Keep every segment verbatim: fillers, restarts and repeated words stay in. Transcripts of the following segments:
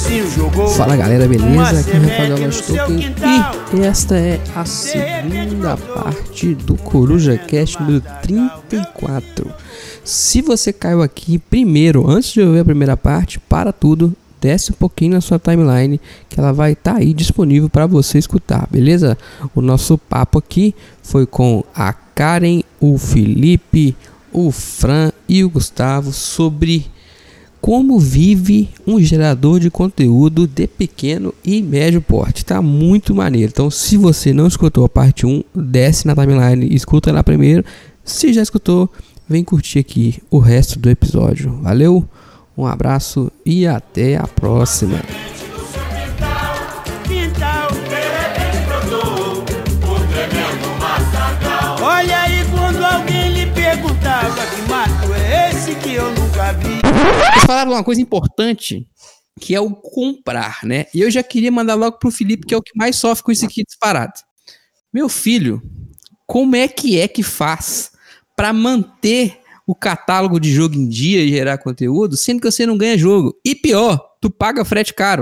vizinho jogou. Fala galera, beleza? Aqui é o Rafael Lastoken e esta é a segunda parte do Coruja Cast número trinta e quatro. Se você caiu aqui primeiro, antes de ouvir a primeira parte, para tudo, desce um pouquinho na sua timeline que ela vai estar tá aí disponível para você escutar, beleza? O nosso papo aqui foi com a Karen, o Felipe, o Fran e o Gustavo sobre como vive um gerador de conteúdo de pequeno e médio porte. Tá muito maneiro. Então, se você não escutou a parte um, desce na timeline e escuta lá primeiro. Se já escutou, vem curtir aqui o resto do episódio. Valeu, um abraço e até a próxima. Olha aí quando alguém lhe perguntava que mato é esse que eu nunca vi. Vocês falaram uma coisa importante, que é o comprar, né? E eu já queria mandar logo pro Felipe, que é o que mais sofre com isso aqui disparado. Meu filho, como é que é que faz para manter o catálogo de jogo em dia e gerar conteúdo, sendo que você não ganha jogo? E pior, tu paga frete caro.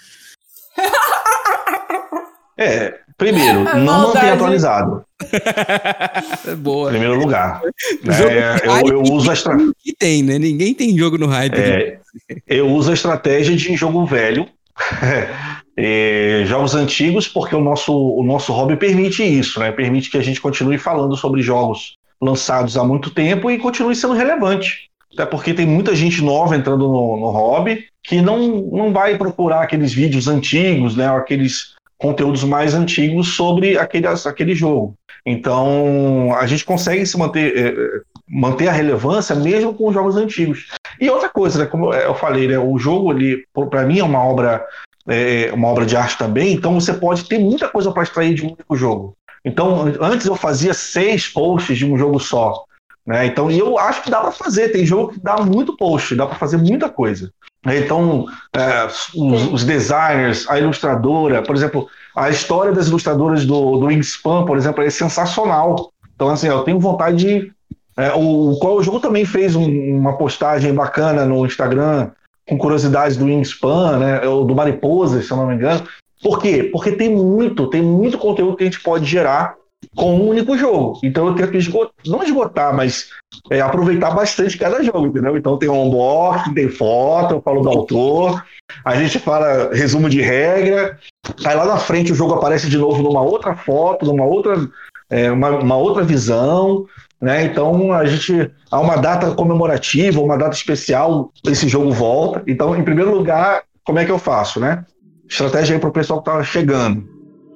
É, primeiro, não mantém atualizado. É boa. Em primeiro lugar. É, eu, eu uso a estratégia. Que tem, né? Ninguém tem jogo no hype. É, eu uso a estratégia de jogo velho. É, jogos antigos, porque o nosso, o nosso hobby permite isso, né? Permite que a gente continue falando sobre jogos lançados há muito tempo e continue sendo relevante. Até porque tem muita gente nova entrando no, no hobby que não, não vai procurar aqueles vídeos antigos, né? Aqueles conteúdos mais antigos sobre aquele, aquele jogo. Então, a gente consegue se manter, é, manter a relevância mesmo com os jogos antigos. E outra coisa, né, como eu falei, né, o jogo, para mim, é uma obra, é, uma obra de arte também, então você pode ter muita coisa para extrair de um único jogo. Então, antes eu fazia seis posts de um jogo só. Né, então, e eu acho que dá para fazer, tem jogo que dá muito post, dá para fazer muita coisa. Então, é, os, os designers, a ilustradora, por exemplo, a história das ilustradoras do, do Wingspan, por exemplo, é sensacional. Então, assim, eu tenho vontade de... É, o Qual o Jogo também fez um, uma postagem bacana no Instagram com curiosidades do Wingspan, né, do Mariposas, se eu não me engano. Por quê? Porque tem muito, tem muito conteúdo que a gente pode gerar com um único jogo. Então eu tento esgotar, não esgotar, mas é, aproveitar bastante cada jogo, entendeu? Então tem um unboxing, tem foto, eu falo do autor, a gente fala resumo de regra, aí lá na frente o jogo aparece de novo numa outra foto, numa outra, é, uma, uma outra visão, né? Então a gente, há uma data comemorativa, uma data especial, esse jogo volta. Então, em primeiro lugar, como é que eu faço, né? Estratégia aí para o pessoal que tá chegando.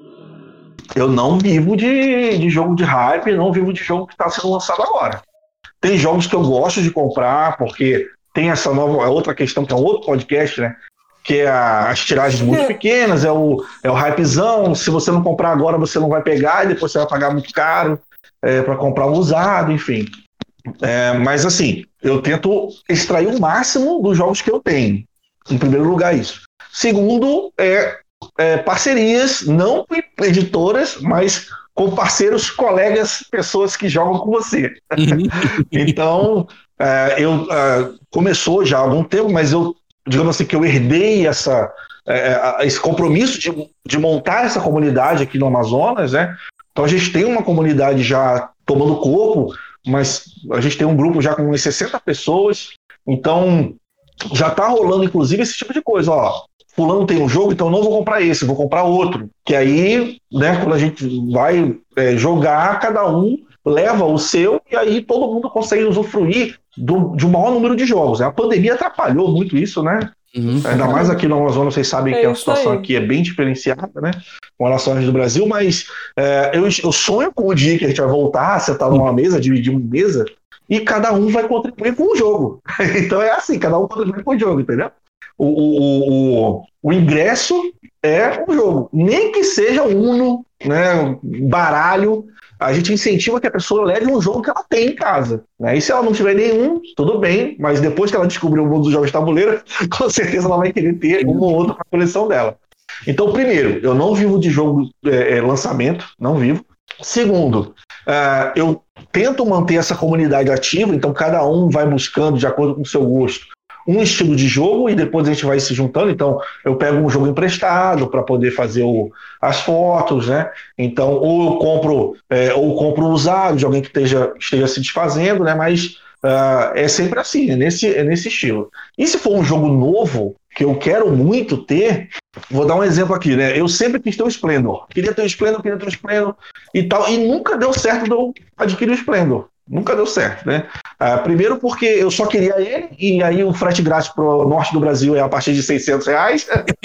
Eu não vivo de, de jogo de hype, não vivo de jogo que está sendo lançado agora. Tem jogos que eu gosto de comprar, porque tem essa nova, outra questão, que é um outro podcast, né? Que é a, as tiragens muito pequenas, é o, é o hypezão. Se você não comprar agora, você não vai pegar, e depois você vai pagar muito caro é, para comprar um usado, enfim. É, mas assim, eu tento extrair o máximo dos jogos que eu tenho. Em primeiro lugar, isso. Segundo, é É, parcerias, não com editoras, mas com parceiros, colegas, pessoas que jogam com você. Então, é, eu é, começou já há algum tempo, mas eu, digamos assim, que eu herdei essa, é, esse compromisso de, de montar essa comunidade aqui no Amazonas, né? Então a gente tem uma comunidade já tomando corpo, mas a gente tem um grupo já com umas sessenta pessoas, então já está rolando, inclusive, esse tipo de coisa, ó. Fulano tem um jogo, então não vou comprar esse, vou comprar outro. Que aí, né, quando a gente vai é, jogar, cada um leva o seu e aí todo mundo consegue usufruir do, de um maior número de jogos. A pandemia atrapalhou muito isso, né? Uhum. Ainda mais aqui no Amazonas, vocês sabem é que a situação aí. Aqui é bem diferenciada, né? Com relação ao do Brasil, mas é, eu, eu sonho com o dia que a gente vai voltar, sentar numa mesa, dividir uma mesa, e cada um vai contribuir com o jogo. Então é assim, cada um contribui com o jogo, entendeu? O, o, o, o ingresso é um jogo, nem que seja Uno, né, baralho, a gente incentiva que a pessoa leve um jogo que ela tem em casa, né? E se ela não tiver nenhum, tudo bem, mas depois que ela descobrir o mundo dos jogos de tabuleiro, com certeza ela vai querer ter um ou outro para a coleção dela. Então, primeiro, eu não vivo de jogo é, lançamento, não vivo. Segundo, uh, eu tento manter essa comunidade ativa, então cada um vai buscando, de acordo com o seu gosto, um estilo de jogo e depois a gente vai se juntando. Então, eu pego um jogo emprestado para poder fazer o, as fotos, né? Então, ou eu compro, é, ou compro usado de alguém que esteja, esteja se desfazendo, né? Mas uh, é sempre assim, é nesse, é nesse estilo. E se for um jogo novo, que eu quero muito ter, vou dar um exemplo aqui, né? Eu sempre quis ter o Splendor. Queria ter o Splendor, queria ter o Splendor e tal, e nunca deu certo de eu adquirir o Splendor. Nunca deu certo, né? Uh, primeiro porque eu só queria ele, e aí o frete grátis pro norte do Brasil é a partir de seiscentos reais.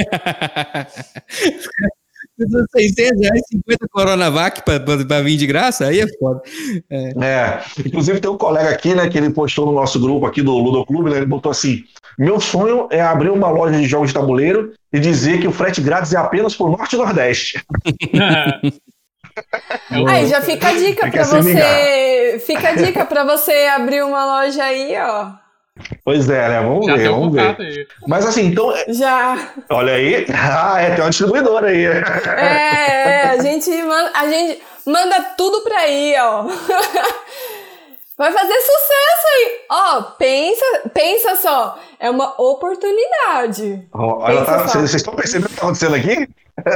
seiscentos reais, cinquenta Coronavac para vir de graça, aí é foda. É. é, inclusive tem um colega aqui, né, que ele postou no nosso grupo aqui do Ludo Clube, né, ele botou assim: meu sonho é abrir uma loja de jogos de tabuleiro e dizer que o frete grátis é apenas pro Norte e Nordeste. Aí já fica a dica para você, fica a dica para você abrir uma loja aí, ó. Pois é, né? Vamos já ver, vamos ver. Aí. Mas assim, então. Já. Olha aí. Ah, é, tem uma distribuidora aí. É, é a, gente manda, a gente manda tudo pra aí, ó. Vai fazer sucesso aí. Ó, pensa, pensa só. É uma oportunidade. Olha, tá, vocês estão percebendo o que tá acontecendo aqui?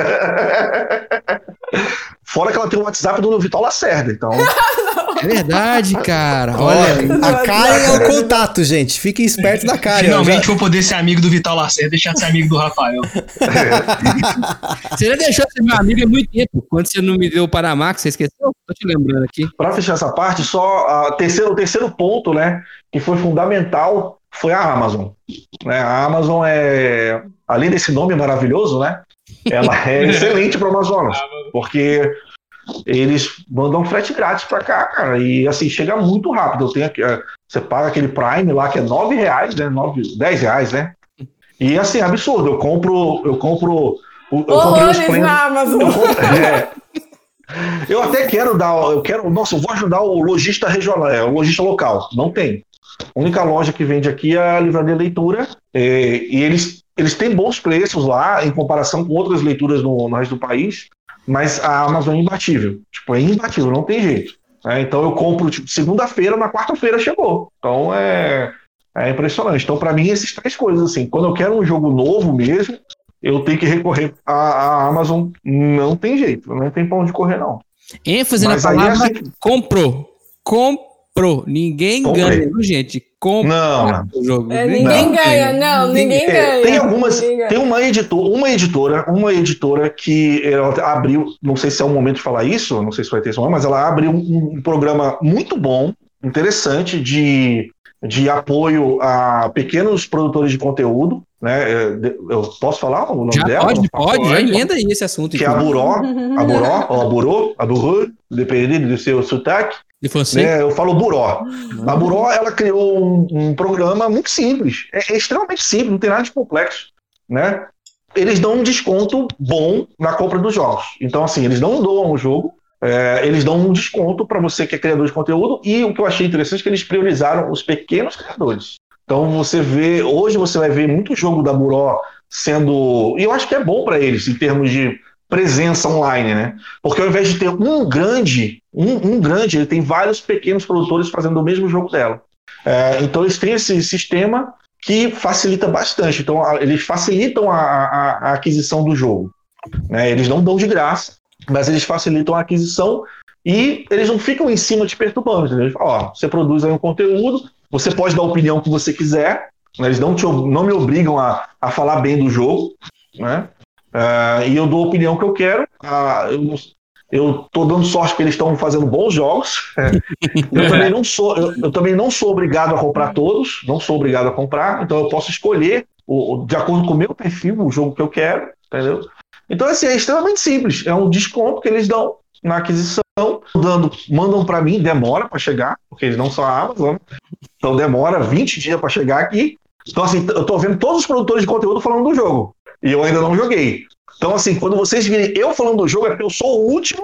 Fora que ela tem o WhatsApp do Vital Lacerda, então. É verdade, cara. Olha, a Karen é o contato, gente. Fiquem espertos da Karen. Finalmente já... vou poder ser amigo do Vital Lacerda e deixar de ser amigo do Rafael. É. Você já deixou de ser meu amigo há muito tempo. Quando você não me deu o Panamax, você esqueceu? Tô te lembrando aqui. Para fechar essa parte, só a terceiro, o terceiro ponto, né, que foi fundamental, foi a Amazon. Né, a Amazon é, além desse nome maravilhoso, né, ela é excelente para o Amazonas, porque eles mandam frete grátis para cá, cara, e assim, chega muito rápido. Eu tenho aqui, você paga aquele Prime lá que é nove reais, né, nove, dez reais, né, e assim, absurdo, eu compro, eu compro, eu horrores comprei na Amazon. Eu, compro, é, eu até quero dar, eu quero, nossa, eu vou ajudar o lojista regional, é, o lojista local, não tem. A única loja que vende aqui é a Livraria Leitura, é, e eles Eles têm bons preços lá, em comparação com outras leituras no, no resto do país, mas a Amazon é imbatível. Tipo, é imbatível, não tem jeito. É, então eu compro, tipo, segunda-feira, na quarta-feira chegou. Então é, é impressionante. Então, para mim, essas três coisas, assim, quando eu quero um jogo novo mesmo, eu tenho que recorrer à, à Amazon. Não tem jeito, não tem pra onde correr, não. ênfase mas na palavra aí, assim, comprou. Comprou. Ninguém comprei. ganha, viu, gente? Compra não, o jogo. É, ninguém não, ganha, não, ninguém, ninguém ganha. Tem algumas, ganha. tem uma editora, uma editora, uma editora que ela abriu, não sei se é o momento de falar isso, não sei se vai ter isso, mas ela abriu um, um programa muito bom, interessante de, de apoio a pequenos produtores de conteúdo, né? Eu posso falar o nome já dela? Pode, pode, pode, já emenda aí esse assunto. Que então. é a Buró, a Buró, ou a Burô, a Burô, dependendo do seu sotaque. Né, eu falo Buró. A Buró, ela criou um, um programa muito simples. É, é extremamente simples, não tem nada de complexo. Né? Eles dão um desconto bom na compra dos jogos. Então, assim, eles não doam o jogo, é, eles dão um desconto para você que é criador de conteúdo, e o que eu achei interessante é que eles priorizaram os pequenos criadores. Então, você vê, hoje você vai ver muito jogo da Buró sendo... E eu acho que é bom para eles, em termos de presença online, né? Porque ao invés de ter um grande, um, um grande, ele tem vários pequenos produtores fazendo o mesmo jogo dela. É, então eles têm esse sistema que facilita bastante. Então a, eles facilitam a, a, a aquisição do jogo. Né? Eles não dão de graça, mas eles facilitam a aquisição e eles não ficam em cima te perturbando. Entendeu? Eles falam, ó, você produz aí um conteúdo, você pode dar a opinião que você quiser, né? Eles não, te, não me obrigam a, a falar bem do jogo, né? Uh, e eu dou a opinião que eu quero. Uh, eu, eu tô dando sorte que eles estão fazendo bons jogos. eu, também não sou, eu, eu também não sou obrigado a comprar todos, não sou obrigado a comprar, então eu posso escolher, o, de acordo com o meu perfil, o jogo que eu quero, entendeu? Então, assim, é extremamente simples. É um desconto que eles dão na aquisição, dando, mandam para mim, demora para chegar, porque eles não são a Amazon, então demora vinte dias para chegar aqui. Então, assim, eu tô vendo todos os produtores de conteúdo falando do jogo. E eu ainda não joguei. Então, assim, quando vocês virem eu falando do jogo, é porque eu sou o último.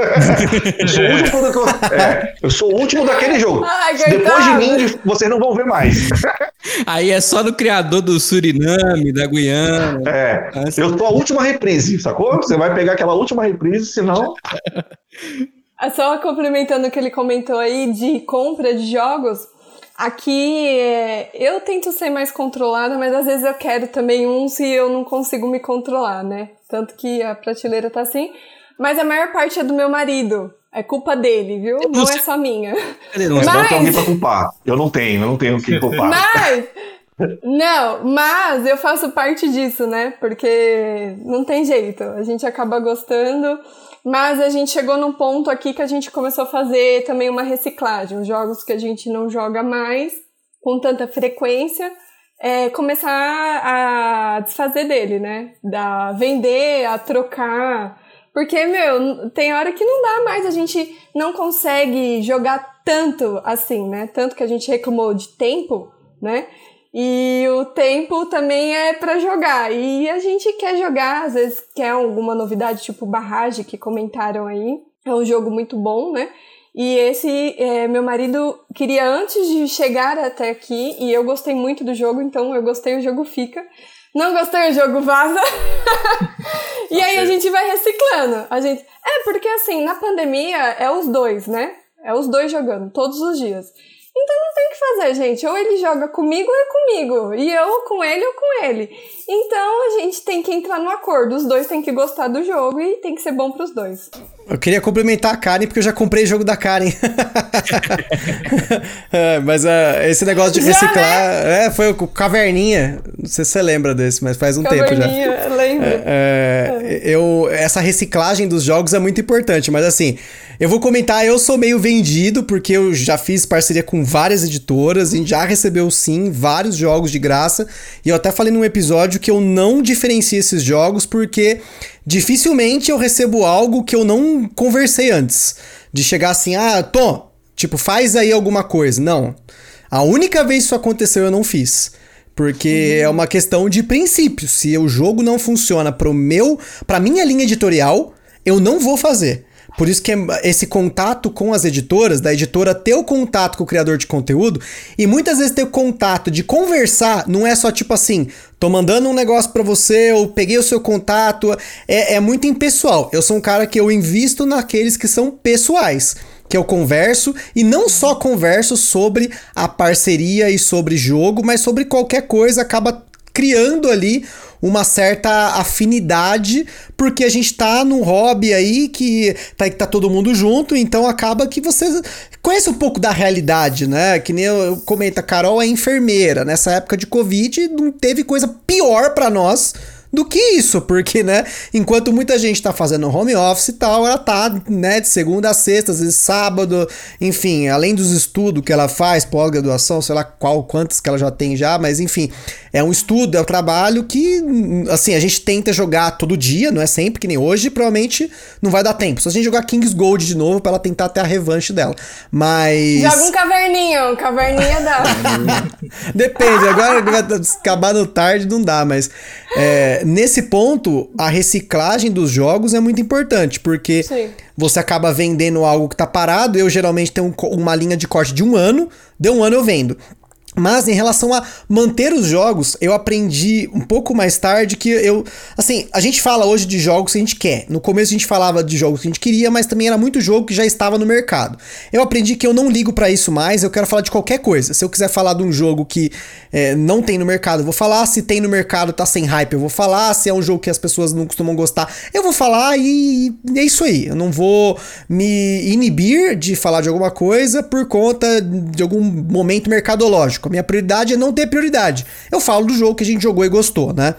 eu, sou o último do... é, eu sou o último daquele jogo. Ai, depois de mim, vocês não vão ver mais. Aí é só do criador do Suriname, da Guiana. É, eu tô a última reprise, sacou? Você vai pegar aquela última reprise, senão... Só complementando o que ele comentou aí de compra de jogos, aqui é, eu tento ser mais controlada, mas às vezes eu quero também um se eu não consigo me controlar, né? Tanto que a prateleira tá assim. Mas a maior parte é do meu marido. É culpa dele, viu? Não é só minha. Não, mas... não tem alguém pra culpar. Eu não tenho, eu não tenho quem culpar. Mas... Não, mas eu faço parte disso, né? Porque não tem jeito. A gente acaba gostando... Mas a gente chegou num ponto aqui que a gente começou a fazer também uma reciclagem. Os jogos que a gente não joga mais com tanta frequência, é, começar a desfazer dele, né? Da vender, a trocar. Porque, meu, tem hora que não dá mais. A gente não consegue jogar tanto assim, né? Tanto que a gente reclamou de tempo, né? E o tempo também é pra jogar. E a gente quer jogar, às vezes quer alguma novidade, tipo Barrage, que comentaram aí. É um jogo muito bom, né? E esse, é, meu marido queria antes de chegar até aqui, e eu gostei muito do jogo, então eu gostei, o jogo fica. Não gostei, o jogo vaza. E aí a gente vai reciclando. A gente... É, porque assim, na pandemia é os dois, né? É os dois jogando, todos os dias. Então não tem o que fazer, gente. Ou ele joga comigo ou é comigo. E eu com ele ou com ele. Então a gente tem que entrar no acordo. Os dois têm que gostar do jogo e tem que ser bom pros dois. Eu queria complementar a Karen, porque eu já comprei o jogo da Karen. É, mas uh, esse negócio de reciclar... Já, né? É, foi o Caverninha. Não sei se você lembra desse, mas faz um tempo já. Caverninha, lembro. É, é, eu, essa reciclagem dos jogos é muito importante, mas assim... Eu vou comentar, eu sou meio vendido, porque eu já fiz parceria com várias editoras e já recebeu, sim, vários jogos de graça. E eu até falei num episódio que eu não diferencio esses jogos, porque dificilmente eu recebo algo que eu não conversei antes. De chegar assim, ah, Tom, tipo, faz aí alguma coisa. Não. A única vez que isso aconteceu eu não fiz. Porque uhum. é uma questão de princípio. Se o jogo não funciona pro meu, pra minha linha editorial, eu não vou fazer. Por isso que esse contato com as editoras, da editora ter o contato com o criador de conteúdo, e muitas vezes ter o contato de conversar, não é só tipo assim, tô mandando um negócio pra você, ou peguei o seu contato, é, é muito impessoal. Eu sou um cara que eu invisto naqueles que são pessoais, que eu converso, e não só converso sobre a parceria e sobre jogo, mas sobre qualquer coisa, acaba criando ali uma certa afinidade, porque a gente tá num hobby aí que tá, que tá todo mundo junto, então acaba que você conhece um pouco da realidade, né? Que nem eu, eu comento, a Carol é enfermeira, nessa época de Covid não teve coisa pior pra nós do que isso, porque, né, enquanto muita gente tá fazendo home office e tal, ela tá, né, de segunda a sexta, às vezes sábado, enfim, além dos estudos que ela faz, pós-graduação, sei lá qual, quantos que ela já tem já, mas enfim, é um estudo, é um trabalho que, assim, a gente tenta jogar todo dia, não é sempre, que nem hoje, provavelmente não vai dar tempo, só a gente jogar King's Gold de novo pra ela tentar ter a revanche dela, mas... Joga um caverninho, caverninha dá. Depende, agora vai acabar no tarde, não dá, mas... É, nesse ponto, a reciclagem dos jogos é muito importante, porque Sim. você acaba vendendo algo que tá parado. Eu geralmente tenho um, uma linha de corte de um ano, deu um ano eu vendo. Mas em relação a manter os jogos, eu aprendi um pouco mais tarde que eu... Assim, a gente fala hoje de jogos que a gente quer. No começo a gente falava de jogos que a gente queria, mas também era muito jogo que já estava no mercado. Eu aprendi que eu não ligo pra isso mais, eu quero falar de qualquer coisa. Se eu quiser falar de um jogo que é, não tem no mercado, eu vou falar. Se tem no mercado, tá sem hype, eu vou falar. Se é um jogo que as pessoas não costumam gostar, eu vou falar e é isso aí. Eu não vou me inibir de falar de alguma coisa por conta de algum momento mercadológico. A minha prioridade é não ter prioridade. Eu falo do jogo que a gente jogou e gostou, né?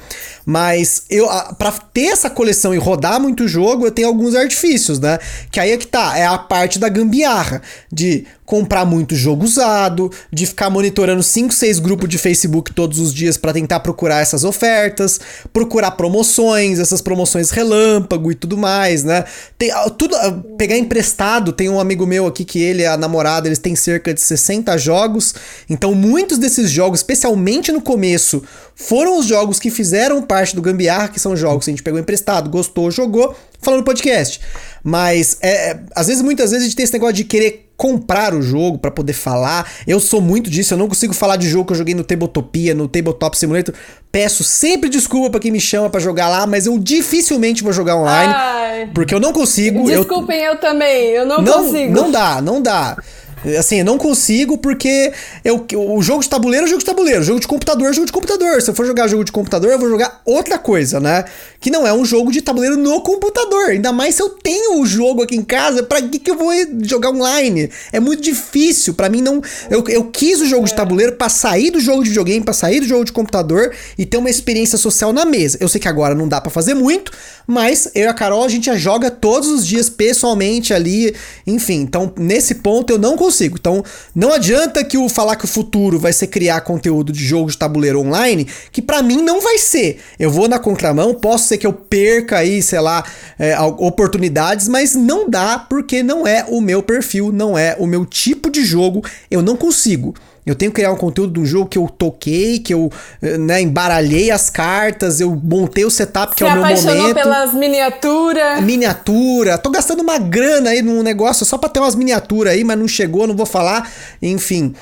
Mas eu, pra ter essa coleção e rodar muito jogo, eu tenho alguns artifícios, né? Que aí é que tá, é a parte da gambiarra, de comprar muito jogo usado, de ficar monitorando cinco, seis grupos de Facebook todos os dias pra tentar procurar essas ofertas, procurar promoções, essas promoções relâmpago e tudo mais, né? Tem, tudo, pegar emprestado, tem um amigo meu aqui que ele, a namorada, eles têm cerca de sessenta jogos, então muitos desses jogos, especialmente no começo, foram os jogos que fizeram parte do gambiarra, que são jogos que a gente pegou emprestado, gostou, jogou, falando no podcast. Mas, é, às vezes, muitas vezes a gente tem esse negócio de querer comprar o jogo pra poder falar. Eu sou muito disso, eu não consigo falar de jogo que eu joguei no Tabletopia, no Tabletop Simulator. Peço sempre desculpa pra quem me chama pra jogar lá, mas eu dificilmente vou jogar online, Ai. porque eu não consigo. Desculpem, eu, eu também, eu não, não consigo. Não dá, não dá. Assim, eu não consigo porque eu, o jogo de tabuleiro é jogo de tabuleiro, o jogo de computador é jogo de computador. Se eu for jogar jogo de computador, eu vou jogar outra coisa, né? Que não é um jogo de tabuleiro no computador. Ainda mais se eu tenho o jogo aqui em casa, pra que, que eu vou jogar online? É muito difícil. Pra mim, não. Eu, eu quis o jogo de tabuleiro pra sair do jogo de videogame, pra sair do jogo de computador e ter uma experiência social na mesa. Eu sei que agora não dá pra fazer muito, mas eu e a Carol, a gente já joga todos os dias pessoalmente ali. Enfim, então nesse ponto eu não consigo. Então, não adianta que o falar que o futuro vai ser criar conteúdo de jogo de tabuleiro online, que pra mim não vai ser. Eu vou na contramão, posso ser que eu perca aí, sei lá, é, oportunidades, mas não dá porque não é o meu perfil, não é o meu tipo de jogo, eu não consigo. Eu tenho que criar um conteúdo de um jogo que eu toquei, que eu, né, embaralhei as cartas, eu montei o setup, que Se é o meu momento. Se apaixonou pelas miniaturas. Miniatura. Tô gastando uma grana aí num negócio só pra ter umas miniaturas aí, mas não chegou, não vou falar. Enfim.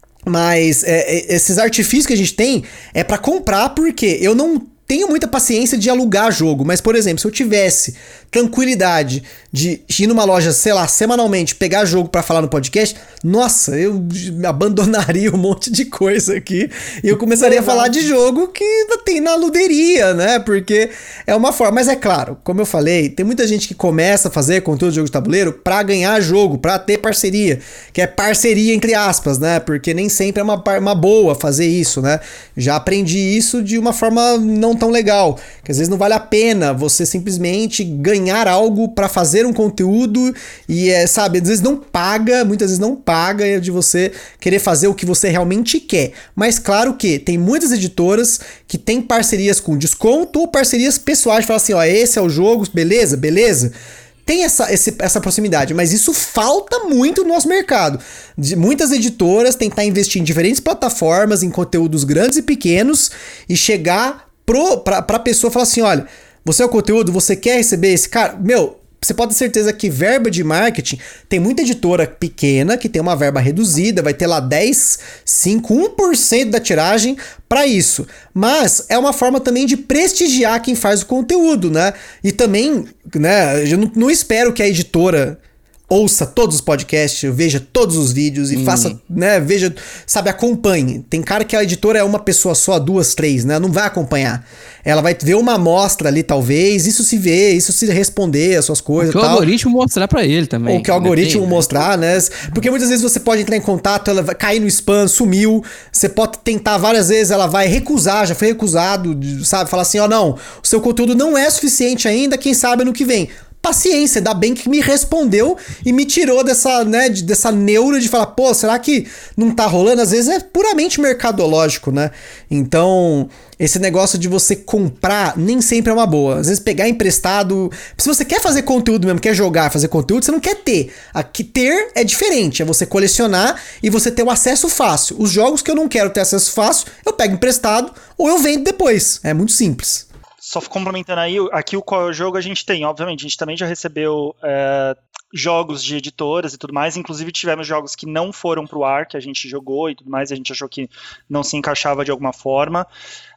Mas é, esses artifícios que a gente tem é pra comprar, porque eu não tenho muita paciência de alugar jogo, mas, por exemplo, se eu tivesse tranquilidade de ir numa loja, sei lá, semanalmente, pegar jogo pra falar no podcast, nossa, eu abandonaria um monte de coisa aqui e eu começaria a falar de jogo que tem na luderia, né? Porque é uma forma, mas é claro, como eu falei, tem muita gente que começa a fazer conteúdo de jogo de tabuleiro pra ganhar jogo, pra ter parceria, que é parceria entre aspas, né? Porque nem sempre é uma, uma boa fazer isso, né? Já aprendi isso de uma forma não tão legal, que às vezes não vale a pena você simplesmente ganhar algo pra fazer um conteúdo e é, sabe, às vezes não paga, muitas vezes não paga de você querer fazer o que você realmente quer, mas claro que tem muitas editoras que tem parcerias com desconto ou parcerias pessoais, falar assim, ó, esse é o jogo, beleza, beleza. Tem essa, esse, essa proximidade, mas isso falta muito no nosso mercado. De muitas editoras tentar investir em diferentes plataformas, em conteúdos grandes e pequenos e chegar pro, pra, pra pessoa e falar assim, olha, você é o conteúdo, você quer receber esse cara? Meu, você pode ter certeza que verba de marketing, tem muita editora pequena que tem uma verba reduzida, vai ter lá dez, cinco, um por cento da tiragem para isso. Mas é uma forma também de prestigiar quem faz o conteúdo, né? E também, né, eu não, não espero que a editora ouça todos os podcasts, veja todos os vídeos e hum. faça, né, veja, sabe, acompanhe. Tem cara que a editora é uma pessoa só, duas, três, né, não vai acompanhar. Ela vai ver uma amostra ali, talvez, isso se vê, isso se responder as suas coisas. O que o algoritmo mostrar pra ele também. Ou que o algoritmo Depende, mostrar, né? Porque muitas vezes você pode entrar em contato, ela vai cair no spam, sumiu, você pode tentar várias vezes, ela vai recusar, já foi recusado, sabe, falar assim, ó, não, o seu conteúdo não é suficiente ainda, quem sabe ano que vem. Paciência, ainda bem que me respondeu e me tirou dessa, né, dessa neura de falar, pô, será que não tá rolando? Às vezes é puramente mercadológico, né? Então, esse negócio de você comprar nem sempre é uma boa. Às vezes pegar emprestado... Se você quer fazer conteúdo mesmo, quer jogar, fazer conteúdo, você não quer ter. Aqui ter é diferente, é você colecionar e você ter o acesso fácil. Os jogos que eu não quero ter acesso fácil, eu pego emprestado ou eu vendo depois. É muito simples. Só complementando aí, aqui o qual é o jogo a gente tem, obviamente, a gente também já recebeu é, jogos de editoras e tudo mais, inclusive tivemos jogos que não foram pro ar, que a gente jogou e tudo mais, e a gente achou que não se encaixava de alguma forma.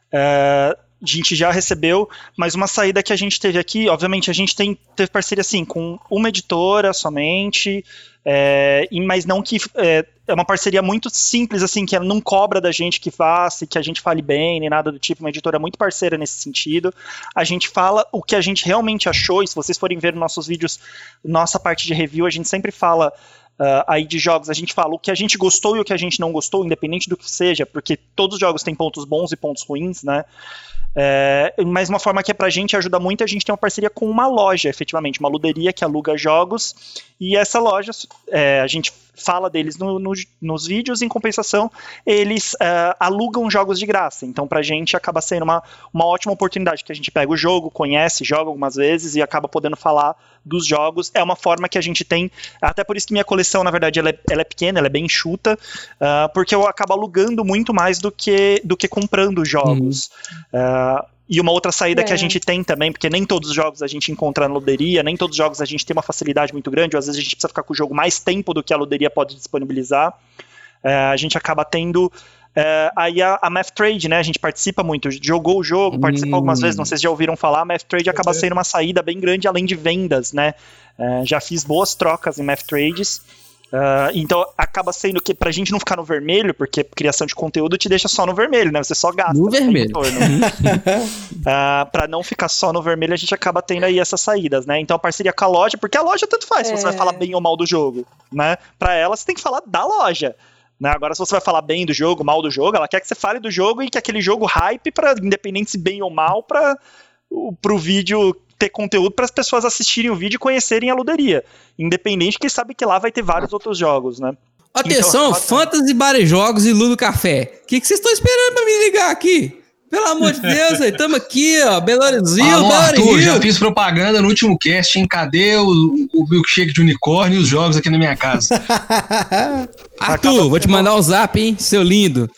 É, a gente já recebeu, mas uma saída que a gente teve aqui, obviamente a gente tem, teve parceria assim, com uma editora somente, é, mas não que... É, é uma parceria muito simples, assim, que ela não cobra da gente que faça, que a gente fale bem, nem nada do tipo, uma editora muito parceira nesse sentido. A gente fala o que a gente realmente achou, e se vocês forem ver nossos vídeos, nossa parte de review, a gente sempre fala uh, aí de jogos, a gente fala o que a gente gostou e o que a gente não gostou, independente do que seja, porque todos os jogos têm pontos bons e pontos ruins, né? É, mas uma forma que é pra gente ajuda muito, a gente tem uma parceria com uma loja, efetivamente, uma luderia que aluga jogos, e essa loja, é, a gente fala deles no, no, nos vídeos, em compensação, eles uh, alugam jogos de graça, então pra gente acaba sendo uma, uma ótima oportunidade, que a gente pega o jogo, conhece, joga algumas vezes e acaba podendo falar dos jogos, é uma forma que a gente tem, até por isso que minha coleção, na verdade, ela é, ela é pequena, ela é bem enxuta, uh, porque eu acabo alugando muito mais do que, do que comprando jogos. Uhum. Uh, E uma outra saída é. que a gente tem também, porque nem todos os jogos a gente encontra na loderia, nem todos os jogos a gente tem uma facilidade muito grande, ou às vezes a gente precisa ficar com o jogo mais tempo do que a loderia pode disponibilizar. É, a gente acaba tendo é, aí a, a Math Trade, né? A gente participa muito, jogou o jogo, hum. participou algumas vezes, não sei se já ouviram falar, a Math Trade acaba sendo uma saída bem grande além de vendas, né? É, já fiz boas trocas em Math Trades. Uh, então acaba sendo que pra gente não ficar no vermelho, porque criação de conteúdo te deixa só no vermelho, né? Você só gasta. No vermelho. uh, pra não ficar só no vermelho, a gente acaba tendo aí essas saídas, né? Então a parceria com a loja, porque a loja tanto faz, é. se você vai falar bem ou mal do jogo, né? Pra ela, você tem que falar da loja. Né? Agora, se você vai falar bem do jogo, mal do jogo, ela quer que você fale do jogo e que aquele jogo hype, pra, independente se bem ou mal, para o vídeo ter conteúdo para as pessoas assistirem o vídeo e conhecerem a luderia. Independente, que sabe que lá vai ter vários outros jogos, né? Atenção, então, Fantasy Bar Jogos e Ludo Café. O que vocês estão esperando para me ligar aqui? Pelo amor de Deus, aí estamos aqui, ó, Belo Horizonte. Alô, Arthur, já fiz propaganda no último cast, hein? Cadê o, o milkshake de unicórnio e os jogos aqui na minha casa? Arthur, vou te mandar um zap, hein, seu lindo.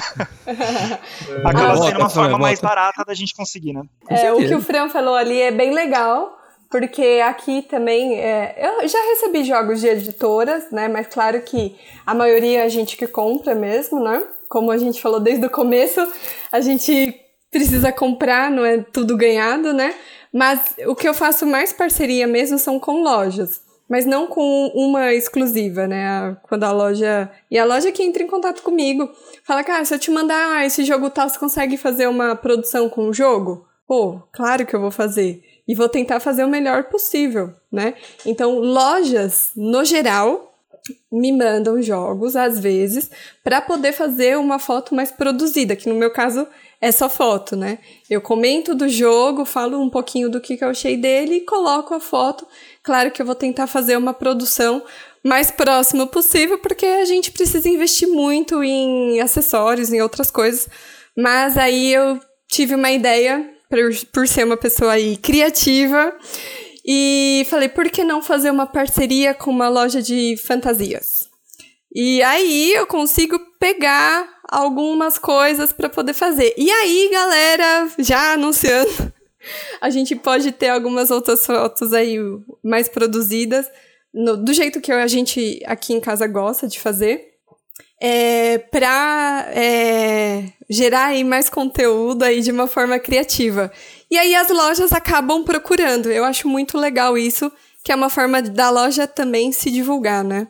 Acaba sendo uma forma mais barata da gente conseguir, né? É, o que o Fran falou ali é bem legal, porque aqui também, é, eu já recebi jogos de editoras, né? Mas claro que a maioria é a gente que compra mesmo, né? Como a gente falou desde o começo, a gente precisa comprar, não é tudo ganhado, né? Mas o que eu faço mais parceria mesmo são com lojas, mas não com uma exclusiva, né? Quando a loja... E a loja que entra em contato comigo, fala, cara, se eu te mandar esse jogo tal, você consegue fazer uma produção com o jogo? Pô, claro que eu vou fazer. E vou tentar fazer o melhor possível, né? Então, lojas, no geral... me mandam jogos, às vezes, para poder fazer uma foto mais produzida, que no meu caso é só foto, né? Eu comento do jogo, falo um pouquinho do que eu achei dele e coloco a foto. Claro que eu vou tentar fazer uma produção mais próxima possível, porque a gente precisa investir muito em acessórios, em outras coisas. Mas aí eu tive uma ideia, por, por ser uma pessoa aí criativa, e falei, por que não fazer uma parceria com uma loja de fantasias? E aí eu consigo pegar algumas coisas para poder fazer. E aí, galera, já anunciando, a gente pode ter algumas outras fotos aí mais produzidas, no, do jeito que a gente aqui em casa gosta de fazer, é, para é, gerar aí mais conteúdo aí de uma forma criativa. E aí as lojas acabam procurando. Eu acho muito legal isso, que é uma forma da loja também se divulgar, né?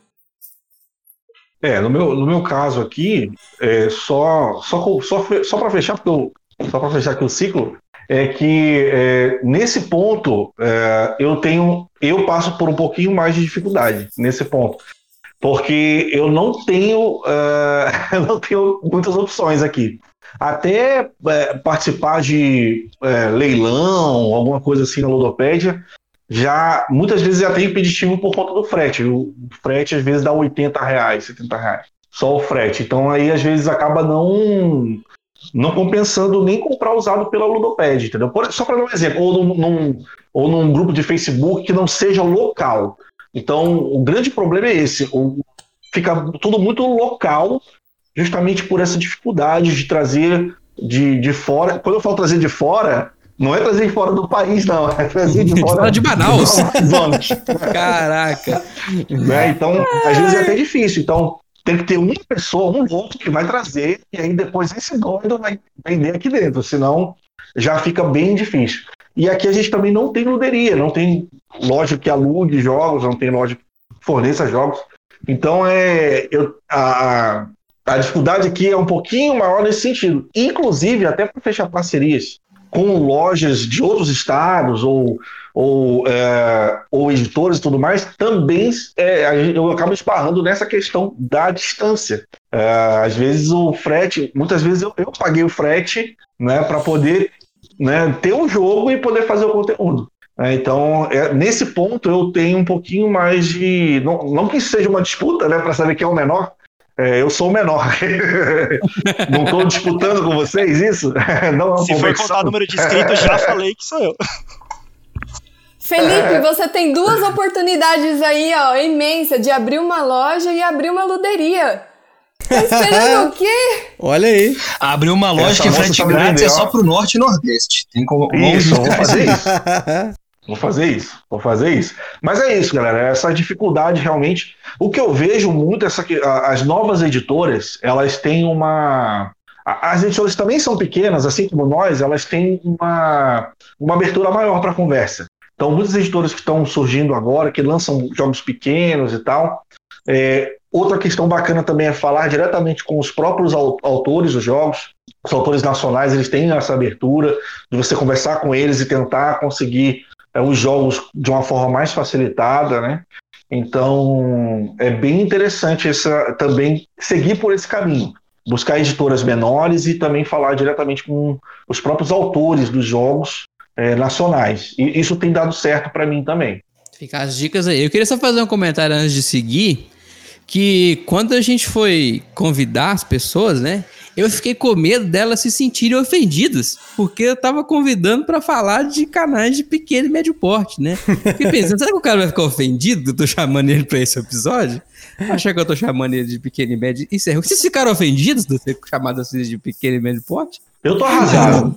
É, no meu, no meu caso aqui, é, só, só, só, só para fechar, porque eu, só para fechar aqui o ciclo, é que é, nesse ponto é, eu tenho, eu passo por um pouquinho mais de dificuldade nesse ponto. Porque eu não tenho, uh, eu não tenho muitas opções aqui. Até é, participar de é, leilão, alguma coisa assim na Ludopédia, já, muitas vezes já tem impeditivo por conta do frete. O frete às vezes dá oitenta reais, setenta reais. Só o frete. Então aí às vezes acaba não, não compensando nem comprar usado pela Ludopédia, entendeu? Por, só para dar um exemplo, ou num, num, ou num grupo de Facebook que não seja local. Então, o grande problema é esse, o, fica tudo muito local, justamente por essa dificuldade de trazer de, de fora. Quando eu falo trazer de fora, não é trazer de fora do país, não, é trazer de fora de Manaus. De Caraca! Né? Então, às vezes é até difícil. Então, tem que ter uma pessoa, um outro que vai trazer, e aí depois esse doido vai vender aqui dentro, senão já fica bem difícil. E aqui a gente também não tem luderia, não tem loja que alugue jogos, não tem loja que forneça jogos. Então é, eu, a, a dificuldade aqui é um pouquinho maior nesse sentido. Inclusive, até para fechar parcerias com lojas de outros estados ou, ou, é, ou editores e tudo mais, também é, eu acabo esbarrando nessa questão da distância. É, às vezes o frete, muitas vezes eu, eu paguei o frete, né, para poder, né, ter um jogo e poder fazer o conteúdo. É, então, é, nesse ponto eu tenho um pouquinho mais de... Não, não que isso seja uma disputa, né, para saber quem é o menor. É, eu sou o menor. Não estou disputando com vocês isso? Não, Se for contar o número de inscritos, já falei que sou eu. Felipe, você tem duas oportunidades aí, ó, imensa, de abrir uma loja e abrir uma luderia. Tá esperando o quê? Olha aí. Abrir uma loja Essa que frete grátis é só pro norte e nordeste. Tem como... Isso, vou fazer isso. Vou fazer isso, vou fazer isso. Mas é isso, galera, essa dificuldade realmente... O que eu vejo muito, essa, as novas editoras, elas têm uma... As editoras também são pequenas, assim como nós, elas têm uma, uma abertura maior para a conversa. Então, muitas editoras que estão surgindo agora, que lançam jogos pequenos e tal, É, outra questão bacana também é falar diretamente com os próprios autores dos jogos. Os autores nacionais, eles têm essa abertura de você conversar com eles e tentar conseguir é, os jogos de uma forma mais facilitada, né? Então, é bem interessante essa, também seguir por esse caminho. Buscar editoras menores e também falar diretamente com os próprios autores dos jogos é, nacionais. E isso tem dado certo para mim também. Fica as dicas aí. Eu queria só fazer um comentário antes de seguir, que quando a gente foi convidar as pessoas, né, eu fiquei com medo delas se sentirem ofendidas, porque eu tava convidando para falar de canais de pequeno e médio porte, né? Fiquei pensando, será que o cara vai ficar ofendido que eu tô chamando ele pra esse episódio? Acha que eu tô chamando ele de pequeno e médio? Isso é ruim. Vocês ficaram ofendidos de ser chamado assim de pequeno e médio porte? Eu tô arrasado.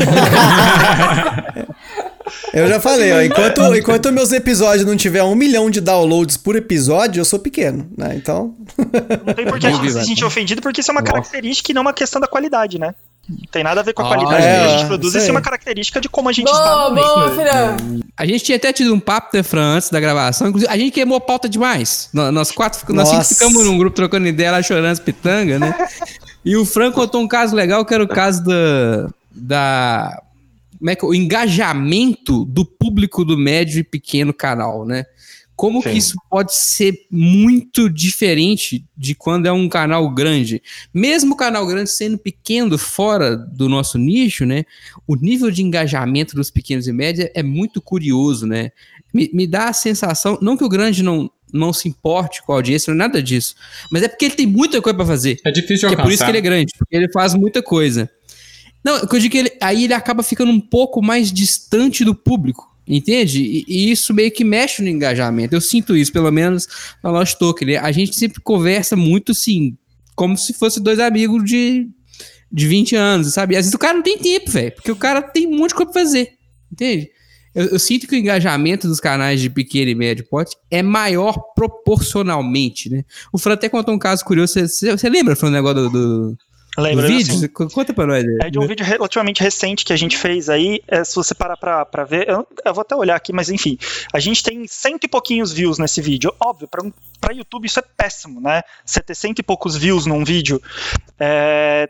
Eu já falei, ó, enquanto, enquanto meus episódios não tiver um milhão de downloads por episódio, eu sou pequeno, né? Então... Não tem por que a gente se sentir ofendido, porque isso é uma Nossa. característica e não uma questão da qualidade, né? Não tem nada a ver com a ah, qualidade é, que a gente produz, isso é uma característica de como a gente boa, está. Boa, Fran. A gente tinha até tido um papo, né, Fran, antes da gravação. Inclusive, a gente queimou a pauta demais. Nós quatro, nós cinco ficamos num grupo trocando ideia lá, chorando as pitangas, né? E o Fran contou um caso legal, que era o caso da... da como é que, o engajamento do público do médio e pequeno canal, né? Como Sim. que isso pode ser muito diferente de quando é um canal grande. Mesmo o canal grande sendo pequeno fora do nosso nicho, né? O nível de engajamento dos pequenos e médios é muito curioso, né? Me, me dá a sensação, não que o grande não, não se importe com a audiência, não é nada disso, mas é porque ele tem muita coisa para fazer. É difícil de alcançar. É por isso que ele é grande, porque ele faz muita coisa. Não, eu digo que ele, aí ele acaba ficando um pouco mais distante do público, entende? E, e isso meio que mexe no engajamento. Eu sinto isso, pelo menos na Lost Token. A gente sempre conversa muito, assim, como se fosse dois amigos de, de vinte anos, sabe? Às vezes o cara não tem tempo, velho, porque o cara tem um monte de coisa pra fazer, entende? Eu, eu sinto que o engajamento dos canais de pequeno e médio porte é maior proporcionalmente, né? O Fran até contou um caso curioso. Você, você lembra, Fran, o negócio do... do Lembra, vídeo? Assim, Conta pra nós. É de um vídeo relativamente recente que a gente fez aí. É, se você parar pra, pra ver, eu, eu vou até olhar aqui, mas enfim, a gente tem cento e pouquinhos views nesse vídeo. Óbvio, pra, pra YouTube isso é péssimo, né? Você ter cento e poucos views num vídeo. É...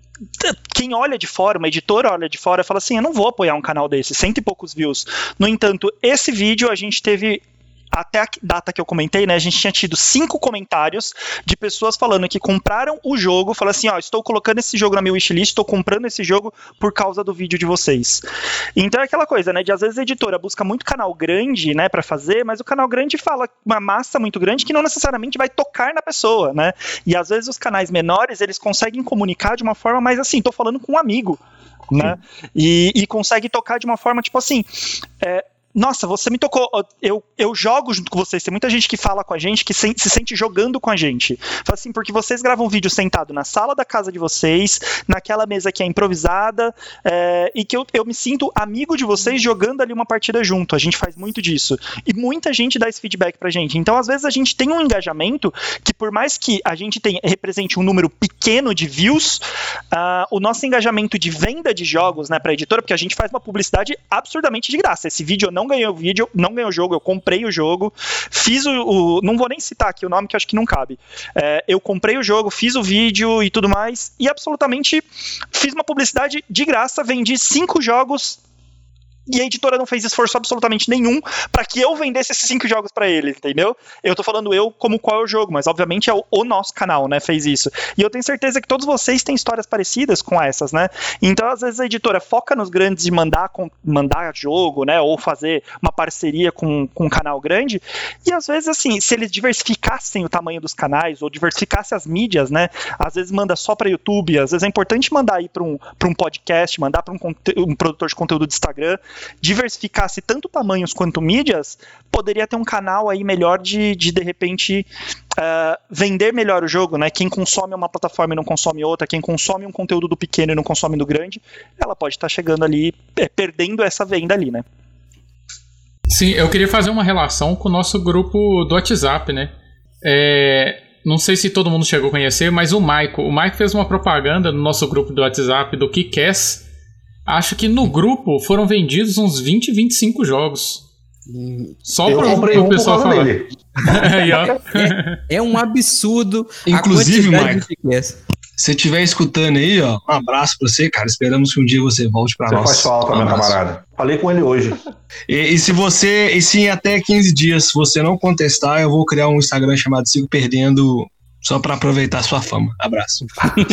Quem olha de fora, uma editora olha de fora e fala assim, eu não vou apoiar um canal desse, cento e poucos views. No entanto, esse vídeo a gente teve... Até a data que eu comentei, né, a gente tinha tido cinco comentários de pessoas falando que compraram o jogo, falando assim, ó, estou colocando esse jogo na minha wishlist, estou comprando esse jogo por causa do vídeo de vocês. Então é aquela coisa, né, de às vezes a editora busca muito canal grande, né, pra fazer, mas o canal grande fala uma massa muito grande que não necessariamente vai tocar na pessoa, né, e às vezes os canais menores, eles conseguem comunicar de uma forma mais assim, tô falando com um amigo, né, e, e consegue tocar de uma forma, tipo assim, é, nossa, você me tocou, eu, eu jogo junto com vocês, tem muita gente que fala com a gente, que se, se sente jogando com a gente, fala assim, porque vocês gravam um vídeo sentado na sala da casa de vocês, naquela mesa que é improvisada, é, e que eu, eu me sinto amigo de vocês jogando ali uma partida junto, a gente faz muito disso, e muita gente dá esse feedback pra gente, então às vezes a gente tem um engajamento que por mais que a gente tenha, represente um número pequeno de views, uh, o nosso engajamento de venda de jogos, né, pra editora, porque a gente faz uma publicidade absurdamente de graça, esse vídeo eu não Não ganhei o vídeo, não ganhei o jogo, eu comprei o jogo, fiz o, o não vou nem citar aqui o nome que eu acho que não cabe, é, eu comprei o jogo, fiz o vídeo e tudo mais, e absolutamente fiz uma publicidade de graça, vendi cinco jogos e a editora não fez esforço absolutamente nenhum para que eu vendesse esses cinco jogos para eles, entendeu? Eu tô falando eu como qual é o jogo, mas obviamente é o, o nosso canal, né, fez isso. E eu tenho certeza que todos vocês têm histórias parecidas com essas, né? Então, às vezes a editora foca nos grandes de mandar, com, mandar jogo, né, ou fazer uma parceria com, com um canal grande, e às vezes, assim, se eles diversificassem o tamanho dos canais, ou diversificassem as mídias, né, às vezes manda só para YouTube, às vezes é importante mandar aí para um, para um podcast, mandar para um, um produtor de conteúdo de Instagram, diversificasse tanto tamanhos quanto mídias, poderia ter um canal aí melhor de, de, de repente, uh, vender melhor o jogo, né? Quem consome uma plataforma e não consome outra, quem consome um conteúdo do pequeno e não consome do grande, ela pode estar tá chegando ali, é, perdendo essa venda ali, né? Sim, eu queria fazer uma relação com o nosso grupo do WhatsApp, né? É... Não sei se todo mundo chegou a conhecer, mas o Maico, o Maico fez uma propaganda no nosso grupo do WhatsApp do Kick-Ass. Acho que no grupo foram vendidos uns vinte, vinte e cinco jogos. Só eu pro, comprei pro um pessoal por causa falar. dele. Aí, ó. É, é um absurdo. Inclusive, a quantidade Mike, de F P S. Se você estiver escutando aí, ó, um abraço pra você, cara. Esperamos que um dia você volte pra Você nós. faz falta, Um meu abraço. camarada. Falei com ele hoje. E, e se você, e se em até quinze dias se você não contestar, eu vou criar um Instagram chamado Sigo Perdendo só pra aproveitar a sua fama. Abraço.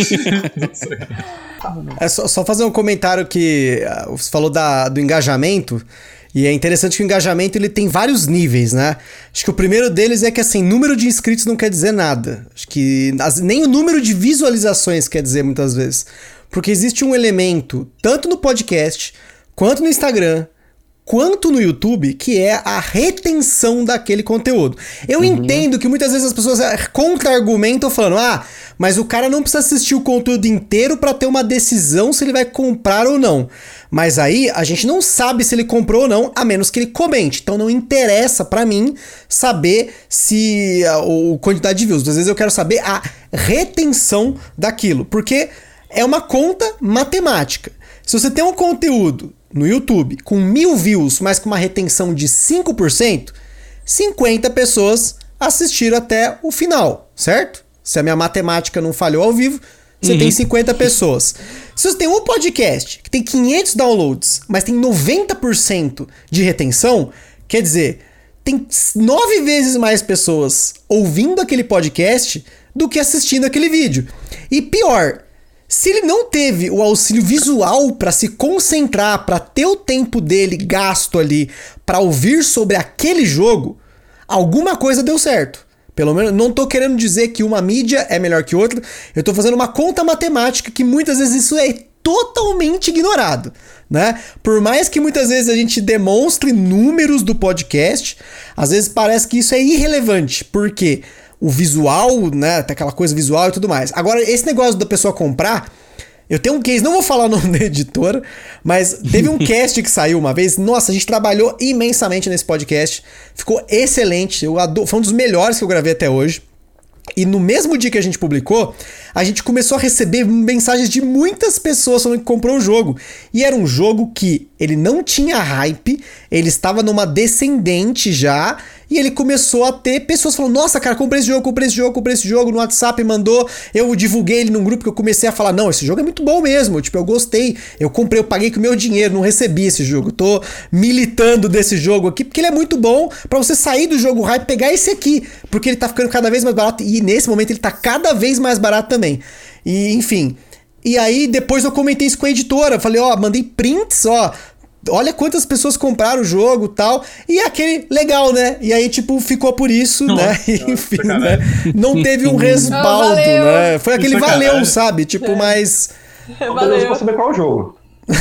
É só, só fazer um comentário que uh, você falou da, do engajamento. E é interessante que o engajamento ele tem vários níveis, né? Acho que o primeiro deles é que, assim, número de inscritos não quer dizer nada. Acho que as, nem o número de visualizações quer dizer muitas vezes. Porque existe um elemento, tanto no podcast, quanto no Instagram, quanto no YouTube, que é a retenção daquele conteúdo. Eu uhum. entendo que muitas vezes as pessoas contra-argumentam falando, ah, mas o cara não precisa assistir o conteúdo inteiro para ter uma decisão se ele vai comprar ou não. Mas aí a gente não sabe se ele comprou ou não, a menos que ele comente. Então não interessa para mim saber se a, a quantidade de views. Às vezes eu quero saber a retenção daquilo, porque é uma conta matemática. Se você tem um conteúdo no YouTube com mil views, mas com uma retenção de cinco por cento, cinquenta pessoas assistiram até o final, certo? Se a minha matemática não falhou ao vivo, você uhum. tem cinquenta pessoas. Se você tem um podcast que tem quinhentos downloads, mas tem noventa por cento de retenção, quer dizer, tem nove vezes mais pessoas ouvindo aquele podcast do que assistindo aquele vídeo. E pior, se ele não teve o auxílio visual para se concentrar, para ter o tempo dele gasto ali para ouvir sobre aquele jogo, alguma coisa deu certo. Pelo menos, não tô querendo dizer que uma mídia é melhor que outra, eu tô fazendo uma conta matemática que muitas vezes isso é totalmente ignorado, né? Por mais que muitas vezes a gente demonstre números do podcast, às vezes parece que isso é irrelevante, porque o visual, né, tem aquela coisa visual e tudo mais. Agora, esse negócio da pessoa comprar, eu tenho um case, não vou falar o nome da editora, mas teve um cast que saiu uma vez, nossa, a gente trabalhou imensamente nesse podcast, ficou excelente, eu adoro, foi um dos melhores que eu gravei até hoje. E no mesmo dia que a gente publicou, a gente começou a receber mensagens de muitas pessoas falando que comprou o jogo. E era um jogo que ele não tinha hype, ele estava numa descendente já, e ele começou a ter pessoas falando, nossa, cara, comprei esse jogo, comprei esse jogo, comprei esse jogo, no WhatsApp mandou, eu divulguei ele num grupo que eu comecei a falar, não, esse jogo é muito bom mesmo, tipo, eu gostei, eu comprei, eu paguei com o meu dinheiro, não recebi esse jogo, tô militando desse jogo aqui, porque ele é muito bom pra você sair do jogo hype e pegar esse aqui, porque ele tá ficando cada vez mais barato, e nesse momento ele tá cada vez mais barato também, e enfim, e aí depois eu comentei isso com a editora, falei, ó, mandei prints, ó, olha quantas pessoas compraram o jogo e tal. E aquele legal, né? E aí, tipo, ficou por isso, nossa, né? Nossa, enfim, né? Não teve um respaldo, oh, né? Foi aquele valeu, sabe? Tipo, é. mas. Valeu pra saber qual é o jogo.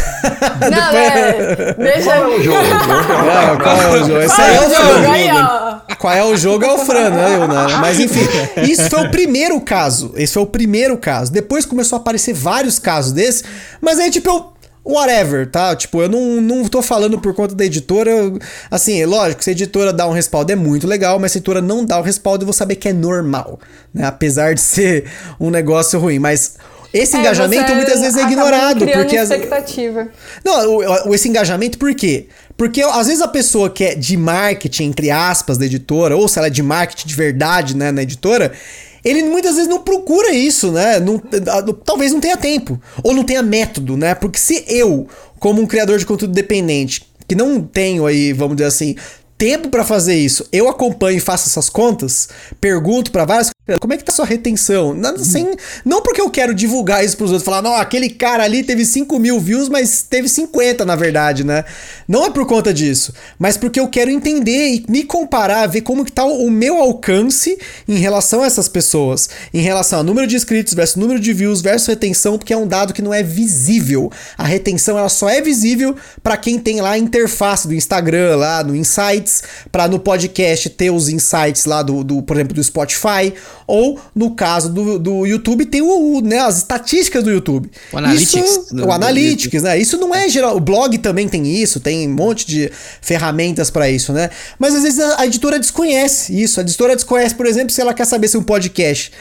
Não, Depois... é. Deixa qual é o jogo? Não, qual é o jogo? Esse aí é o jogo. Aí, ó. Qual é o jogo é o Fran, né? Eu, né? Mas enfim, isso foi o primeiro caso. Esse foi o primeiro caso. Depois começou a aparecer vários casos desses. Mas aí, tipo, eu. Whatever, tá? Tipo, eu não, não tô falando por conta da editora. Assim, é lógico, se a editora dá um respaldo é muito legal, mas se a editora não dá o respaldo, eu vou saber que é normal, né? Apesar de ser um negócio ruim. Mas esse é, engajamento muitas vezes é ignorado. Porque as... expectativa. Não, o, o, esse engajamento por quê? Porque às vezes a pessoa que é de marketing, entre aspas, da editora, ou se ela é de marketing de verdade, né, na editora, ele muitas vezes não procura isso, né? Não, talvez não tenha tempo. Ou não tenha método, né? Porque se eu, como um criador de conteúdo dependente, que não tenho aí, vamos dizer assim, tempo pra fazer isso, eu acompanho e faço essas contas, pergunto pra várias como é que tá a sua retenção? Não, sem, não porque eu quero divulgar isso pros outros, falar, não, aquele cara ali teve cinco mil views, mas teve cinquenta na verdade, né? Não é por conta disso, mas porque eu quero entender e me comparar, ver como que tá o meu alcance em relação a essas pessoas, em relação ao número de inscritos versus número de views versus retenção, porque é um dado que não é visível. A retenção, ela só é visível pra quem tem lá a interface do Instagram, lá no Insights, pra no podcast ter os insights lá do, do por exemplo, do Spotify, ou no caso do, do YouTube tem o, né, as estatísticas do YouTube. O Analytics. Isso, do, o Analytics, né? Isso não é geral. O blog também tem isso, tem um monte de ferramentas pra isso, né? Mas às vezes a, a editora desconhece isso. A editora desconhece, por exemplo, se ela quer saber se um podcast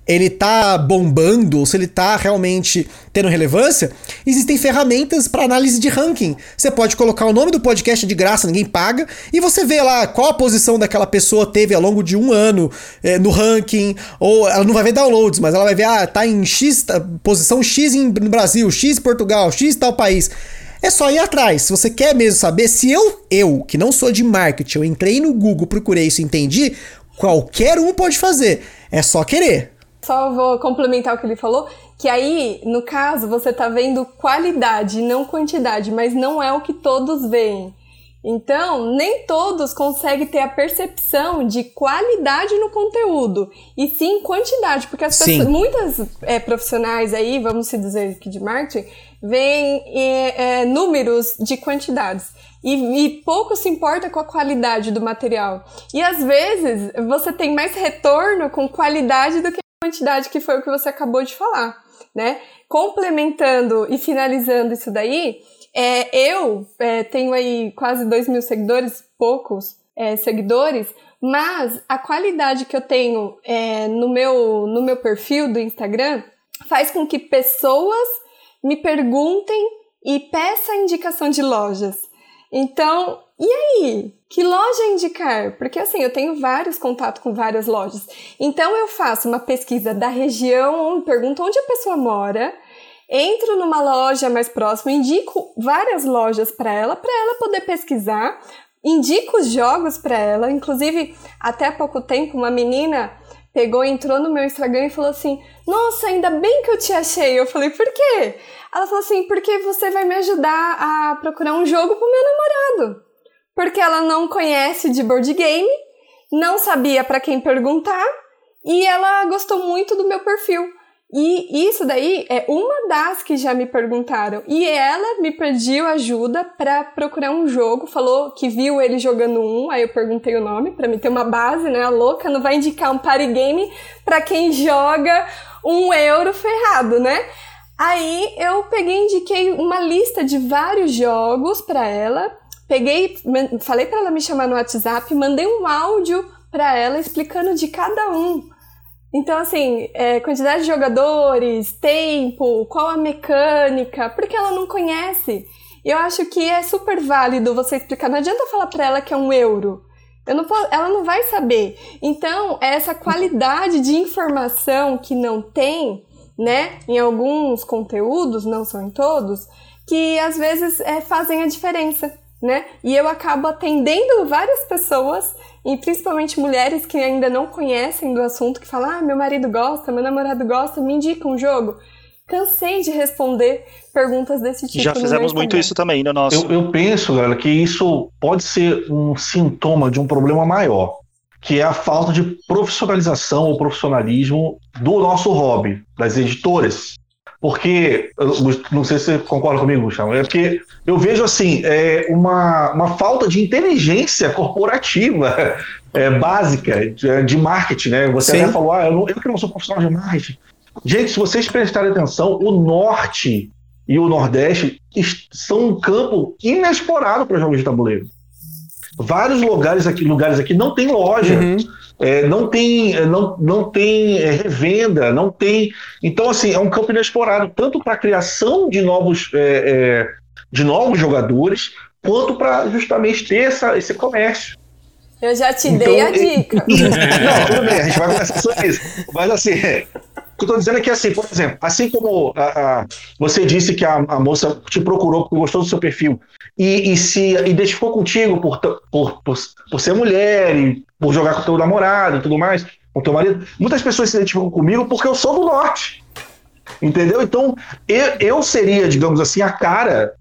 ele tá bombando ou se ele tá realmente tendo relevância, existem ferramentas para análise de ranking. Você pode colocar o nome do podcast de graça, ninguém paga, e você vê lá qual a posição daquela pessoa teve ao longo de um ano é, no ranking, ou ela não vai ver downloads, mas ela vai ver, ah, tá em X, tá, posição X em, no Brasil, X em Portugal, X tal país. É só ir atrás. Se você quer mesmo saber, se eu, eu, que não sou de marketing, eu entrei no Google, procurei isso e entendi, qualquer um pode fazer. É só querer. Só vou complementar o que ele falou, que aí, no caso, você tá vendo qualidade, não quantidade, mas não é o que todos veem. Então, nem todos conseguem ter a percepção de qualidade no conteúdo, e sim quantidade, porque as pessoas, muitas é, profissionais aí, vamos se dizer aqui de marketing, veem é, é, números de quantidades. E, e pouco se importa com a qualidade do material. E às vezes, você tem mais retorno com qualidade do que quantidade, que foi o que você acabou de falar, né? Complementando e finalizando isso daí, é, eu é, tenho aí quase dois mil seguidores, poucos é, seguidores, mas a qualidade que eu tenho é, no, meu, no meu perfil do Instagram faz com que pessoas me perguntem e peçam indicação de lojas. Então, e aí? Que loja indicar? Porque assim, eu tenho vários contatos com várias lojas. Então eu faço uma pesquisa da região, pergunto onde a pessoa mora, entro numa loja mais próxima, indico várias lojas para ela, para ela poder pesquisar, indico os jogos para ela. Inclusive, até há pouco tempo, uma menina pegou, entrou no meu Instagram e falou assim, nossa, ainda bem que eu te achei. Eu falei, por quê? Ela falou assim, porque você vai me ajudar a procurar um jogo pro meu namorado. Porque ela não conhece de board game, não sabia para quem perguntar, e ela gostou muito do meu perfil. E isso daí é uma das que já me perguntaram. E ela me pediu ajuda para procurar um jogo, falou que viu ele jogando um, aí eu perguntei o nome para me ter uma base, né? A louca não vai indicar um party game para quem joga um euro ferrado, né? Aí eu peguei e indiquei uma lista de vários jogos para ela, peguei, falei para ela me chamar no WhatsApp, mandei um áudio para ela explicando de cada um. Então, assim, é, quantidade de jogadores, tempo, qual a mecânica, porque ela não conhece. Eu acho que é super válido você explicar. Não adianta falar para ela que é um euro. Eu não posso, ela não vai saber. Então, essa qualidade de informação que não tem, né, em alguns conteúdos, não são em todos, que às vezes é, fazem a diferença, né? E eu acabo atendendo várias pessoas, e principalmente mulheres que ainda não conhecem do assunto, que falam, ah, meu marido gosta, meu namorado gosta, me indica um jogo. Cansei de responder perguntas desse tipo. Já fizemos muito isso também no nosso. Eu, eu penso, galera, que isso pode ser um sintoma de um problema maior, que é a falta de profissionalização ou profissionalismo do nosso hobby, das editoras. Porque, não sei se você concorda comigo, Gustavo, é porque eu vejo assim, é uma, uma falta de inteligência corporativa é, básica de, de marketing, né? Você Sim. até falou, ah, eu, não, eu que não sou profissional de marketing. Gente, se vocês prestarem atenção, o Norte e o Nordeste são um campo inexplorado para jogos de tabuleiro. Vários lugares aqui, lugares aqui não tem loja. Uhum. É, não tem, não, não tem é, revenda, não tem... Então, assim, é um campo inexplorado, tanto para a criação de novos, é, é, de novos jogadores, quanto para justamente ter essa, esse comércio. Eu já te então, dei a dica. Não, tudo bem, a gente vai conversar sobre isso. Mas, assim, é, o que eu estou dizendo é que, assim, por exemplo, assim como a, a, você disse que a, a moça te procurou porque gostou do seu perfil e, e se identificou contigo por, por, por, por ser mulher e por jogar com o teu namorado e tudo mais, com o teu marido, muitas pessoas se identificam comigo porque eu sou do Norte. Entendeu? Então, eu, eu seria, digamos assim, a cara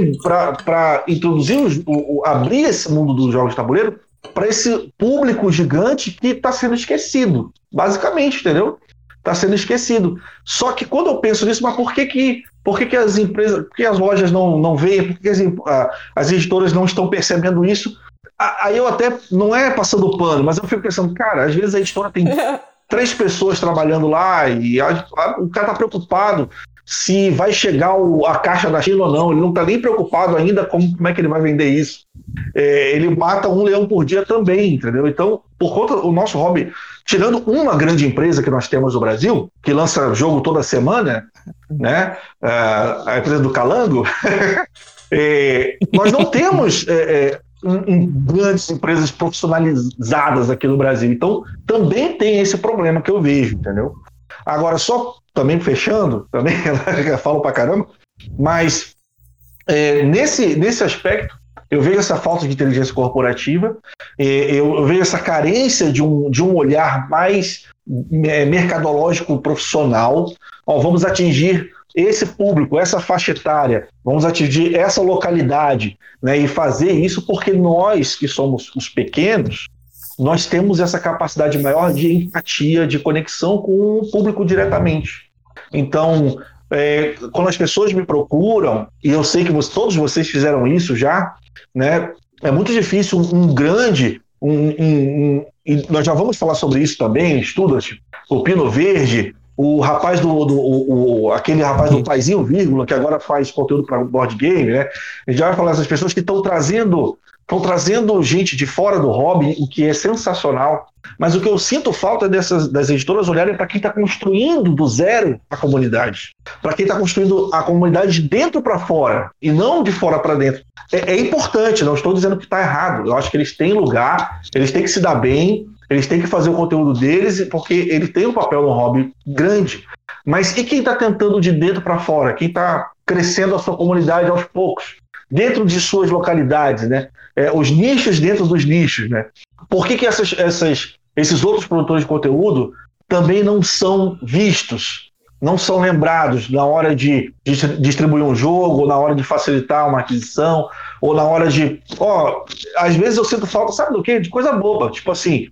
para introduzir, o, o, abrir esse mundo dos jogos de tabuleiro para esse público gigante que está sendo esquecido, basicamente, entendeu? Está sendo esquecido. Só que quando eu penso nisso, mas por que que, por que, que as empresas, por que as lojas não, não veem, por que as, as editoras não estão percebendo isso? Aí eu até, não é passando pano, mas eu fico pensando, cara, às vezes a editora tem três pessoas trabalhando lá e a, a, o cara tá preocupado se vai chegar o, a caixa da China ou não, ele não está nem preocupado ainda com como é que ele vai vender isso. É, ele mata um leão por dia também, entendeu? Então, por conta do nosso hobby, tirando uma grande empresa que nós temos no Brasil, que lança jogo toda semana, né? a empresa do Calango, é, nós não temos é, um, um, grandes empresas profissionalizadas aqui no Brasil. Então, também tem esse problema que eu vejo, entendeu? Agora, só também fechando, também eu falo pra caramba, mas é, nesse, nesse aspecto, eu vejo essa falta de inteligência corporativa, eu, eu vejo essa carência de um, de um olhar mais é, mercadológico profissional. Ó, vamos atingir esse público, essa faixa etária, vamos atingir essa localidade, né, e fazer isso porque nós, que somos os pequenos, nós temos essa capacidade maior de empatia, de conexão com o público diretamente. Então, é, quando as pessoas me procuram, e eu sei que você, todos vocês fizeram isso já, né, é muito difícil um, um grande, um, um, um, e nós já vamos falar sobre isso também, Student, o Pino Verde, o rapaz do, do o, o, aquele rapaz do Paizinho Vírgula, que agora faz conteúdo para board game, né, a gente já vai falar dessas pessoas que estão trazendo Estão trazendo gente de fora do hobby, o que é sensacional. Mas o que eu sinto falta é dessas, das editoras olharem para quem está construindo do zero a comunidade. Para quem está construindo a comunidade de dentro para fora, e não de fora para dentro. É, é importante, não estou dizendo que está errado. Eu acho que eles têm lugar, eles têm que se dar bem, eles têm que fazer o conteúdo deles, porque eles têm um papel no hobby grande. Mas e quem está tentando de dentro para fora? Quem está crescendo a sua comunidade aos poucos? Dentro de suas localidades, né? É, os nichos dentro dos nichos, né? Por que, que essas, essas, esses outros produtores de conteúdo também não são vistos, não são lembrados na hora de, de distribuir um jogo, ou na hora de facilitar uma aquisição, ou na hora de... Ó, às vezes eu sinto falta, sabe do quê? De coisa boba, tipo assim,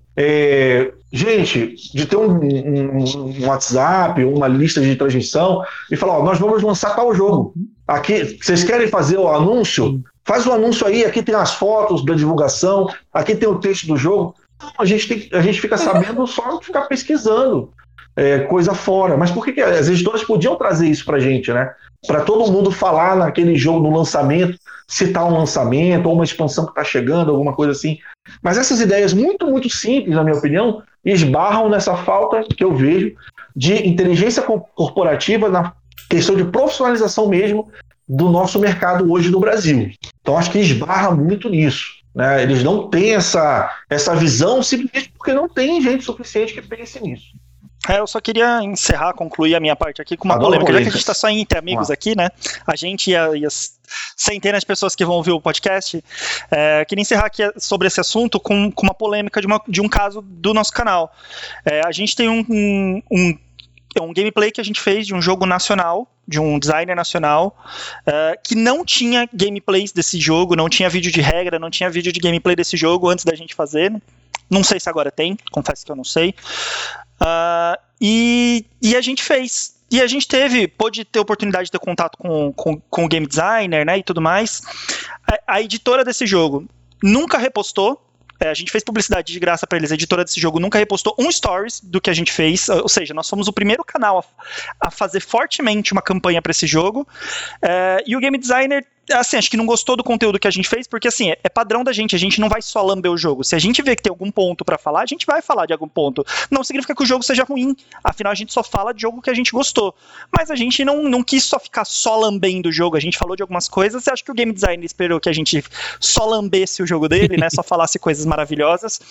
é, gente, de ter um, um, um WhatsApp, uma lista de transmissão, e falar, ó, nós vamos lançar tal jogo. Aqui, vocês querem fazer o anúncio? Faz o anúncio aí, aqui tem as fotos da divulgação, aqui tem o texto do jogo. A gente, tem, a gente fica sabendo só de ficar pesquisando é, coisa fora. Mas por que, que as editoras podiam trazer isso pra gente, né? Para todo mundo falar naquele jogo, no lançamento, citar um lançamento ou uma expansão que está chegando, alguma coisa assim. Mas essas ideias muito, muito simples, na minha opinião, esbarram nessa falta que eu vejo de inteligência corporativa na questão de profissionalização mesmo do nosso mercado hoje no Brasil. Então acho que esbarra muito nisso, né? Eles não têm essa, essa visão simplesmente porque não tem gente suficiente que pense nisso. É, eu só queria encerrar, concluir a minha parte aqui com uma Adoro polêmica, já que a polêmicas. gente está só entre amigos Ah. aqui, né? A gente e, a, e as centenas de pessoas que vão ouvir o podcast. É, eu queria encerrar aqui sobre esse assunto com, com uma polêmica de, uma, de um caso do nosso canal. É, a gente tem um, um, um É um gameplay que a gente fez de um jogo nacional, de um designer nacional, uh, que não tinha gameplays desse jogo, não tinha vídeo de regra, não tinha vídeo de gameplay desse jogo antes da gente fazer. Não sei se agora tem, confesso que eu não sei. Uh, e, e a gente fez. E a gente teve, pôde ter oportunidade de ter contato com, com, com o game designer, né, e tudo mais. A, a editora desse jogo nunca repostou. É, a gente fez publicidade de graça para eles, a editora desse jogo nunca repostou um stories do que a gente fez, ou seja, nós fomos o primeiro canal a, a fazer fortemente uma campanha para esse jogo, é, e o game designer, assim, acho que não gostou do conteúdo que a gente fez, porque assim, é, é padrão da gente, a gente não vai só lamber o jogo, se a gente vê que tem algum ponto para falar, a gente vai falar de algum ponto, não significa que o jogo seja ruim, afinal a gente só fala de jogo que a gente gostou, mas a gente não, não quis só ficar só lambendo o jogo, a gente falou de algumas coisas, e acho que o game designer esperou que a gente só lambesse o jogo dele, né, só falasse coisas maravilhosas,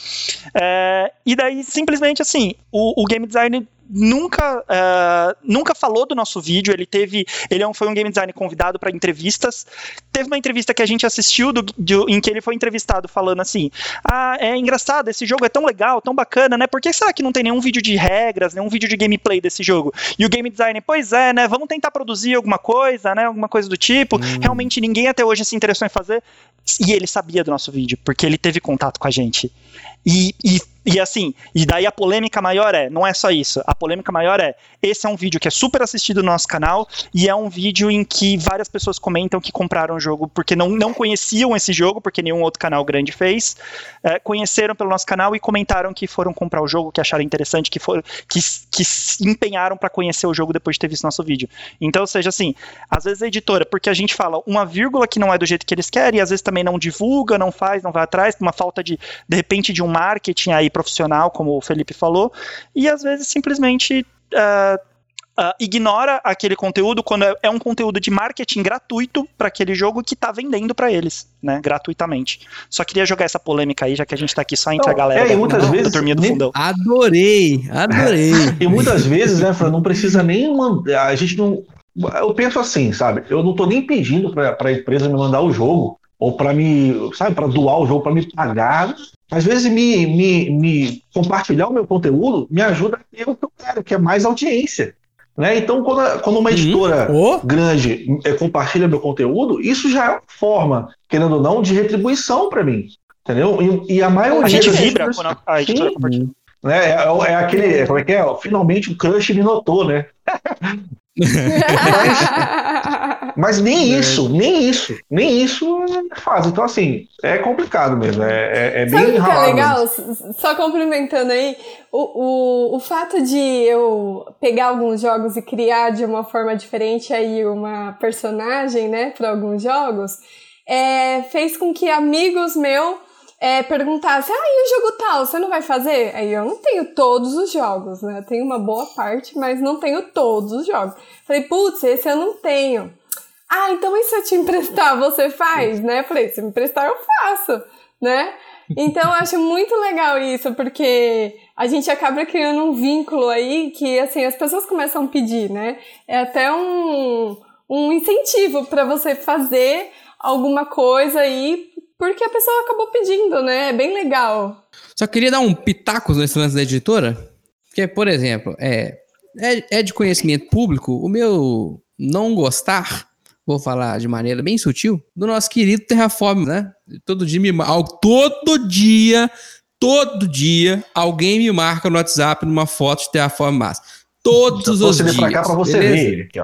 é, e daí simplesmente assim, o, o game designer nunca, uh, nunca falou do nosso vídeo, ele teve, ele é um, foi um game designer convidado para entrevistas, teve uma entrevista que a gente assistiu do, do, em que ele foi entrevistado falando assim, ah, é engraçado, esse jogo é tão legal, tão bacana, né, por que será que não tem nenhum vídeo de regras, nenhum vídeo de gameplay desse jogo? E o game designer, pois é, né, vamos tentar produzir alguma coisa, né, alguma coisa do tipo, hum. Realmente ninguém até hoje se interessou em fazer, e ele sabia do nosso vídeo, porque ele teve contato com a gente. E, e E assim, e daí a polêmica maior é, não é só isso, a polêmica maior é, esse é um vídeo que é super assistido no nosso canal, e é um vídeo em que várias pessoas comentam que compraram o jogo porque não, não conheciam esse jogo, porque nenhum outro canal grande fez, é, conheceram pelo nosso canal e comentaram que foram comprar o jogo, que acharam interessante, que, for, que, que se empenharam para conhecer o jogo depois de ter visto nosso vídeo. Então, ou seja, assim, às vezes a editora, porque a gente fala uma vírgula que não é do jeito que eles querem, e às vezes também não divulga, não faz, não vai atrás, uma falta de, de repente, de um marketing aí profissional, como o Felipe falou, e às vezes simplesmente uh, uh, ignora aquele conteúdo quando é, é um conteúdo de marketing gratuito para aquele jogo que está vendendo para eles, né, gratuitamente. Só queria jogar essa polêmica aí, já que a gente está aqui só entre não, a galera é, da, e muitas da, vezes, da turminha do nem, fundão. Adorei, adorei. E muitas vezes, né, Fran, não precisa nem mandar, a gente não, eu penso assim, sabe, eu não tô nem pedindo para a empresa me mandar o jogo, ou para me, sabe, para doar o jogo, para me pagar. Às vezes me, me, me compartilhar o meu conteúdo me ajuda a ter o que eu quero, que é mais audiência. Né? Então, quando, quando uma editora uhum. oh. grande é, compartilha meu conteúdo, isso já é uma forma, querendo ou não, de retribuição para mim. Entendeu? E, e a maioria... A gente vibra editoras, quando a editora compartilha. Né? É, é, é aquele... Como é que é? Finalmente o crush me notou, né? mas, mas nem isso, nem isso, nem isso faz. Então, assim, é complicado mesmo. É, é, é bem raro. Sabe o que é legal? Mesmo. Só complementando aí, o, o, o fato de eu pegar alguns jogos e criar de uma forma diferente aí uma personagem, né, para alguns jogos, é, fez com que amigos meus É, perguntasse, ah, e o jogo tal, você não vai fazer? Aí eu não tenho todos os jogos, né? Eu tenho uma boa parte, mas não tenho todos os jogos. Falei, putz, esse eu não tenho. Ah, então e se eu te emprestar, você faz, né? Falei, se me emprestar, eu faço, né? Então eu acho muito legal isso, porque a gente acaba criando um vínculo aí que, assim, as pessoas começam a pedir, né? É até um, um incentivo para você fazer alguma coisa aí, porque a pessoa acabou pedindo, né? É bem legal. Só queria dar um pitaco nesse lance da editora. Porque, por exemplo, é, é, é de conhecimento público o meu não gostar, vou falar de maneira bem sutil, do nosso querido Terraform, né? Todo dia me todo dia, todo dia, alguém me marca no WhatsApp numa foto de Terraform Massa. Todos os dias. Pra cá pra você beleza? Ver ele aqui, ó.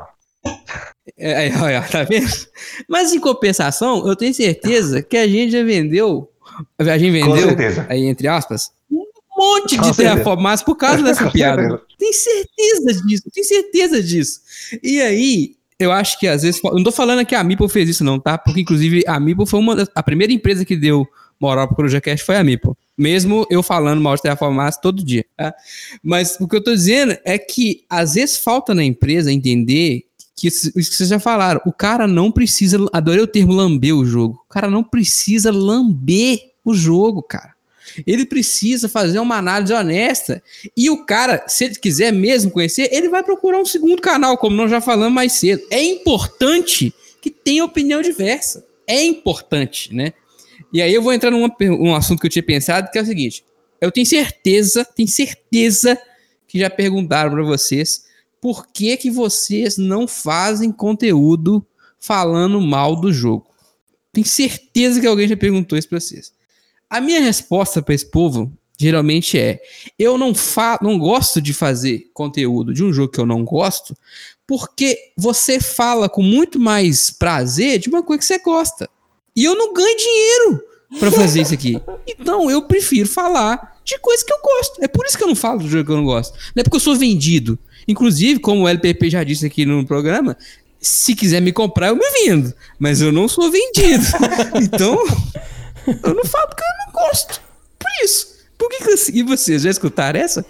É, é, tá vendo? Mas em compensação, eu tenho certeza que a gente já vendeu, a gente vendeu, aí entre aspas, um monte de Terraform por causa dessa piada. Tem certeza disso, tem certeza disso. E aí, eu acho que às vezes, eu não tô falando que a Meeple fez isso não, tá? Porque inclusive a Meeple foi uma das, a primeira empresa que deu moral pro CorujaCast foi a Meeple. Mesmo eu falando mal de Terraform todo dia, tá? Mas o que eu tô dizendo é que às vezes falta na empresa entender que isso que vocês já falaram, o cara não precisa, adorei o termo lamber o jogo, o cara não precisa lamber o jogo, cara. Ele precisa fazer uma análise honesta, e o cara, se ele quiser mesmo conhecer, ele vai procurar um segundo canal, como nós já falamos mais cedo. É importante que tenha opinião diversa, é importante, né? E aí eu vou entrar num um assunto que eu tinha pensado, que é o seguinte, eu tenho certeza, tenho certeza que já perguntaram para vocês por que que vocês não fazem conteúdo falando mal do jogo? Tenho certeza que alguém já perguntou isso pra vocês. A minha resposta para esse povo, geralmente é, eu não, fa- não gosto de fazer conteúdo de um jogo que eu não gosto, porque você fala com muito mais prazer de uma coisa que você gosta. E eu não ganho dinheiro pra fazer isso aqui. Então eu prefiro falar de coisas que eu gosto. É por isso que eu não falo do jogo que eu não gosto. Não é porque eu sou vendido. Inclusive, como o L P P já disse aqui no programa, se quiser me comprar, eu me vendo. Mas eu não sou vendido. Então, eu não falo porque eu não gosto. Por isso. Por que que eu... E vocês já escutaram essa?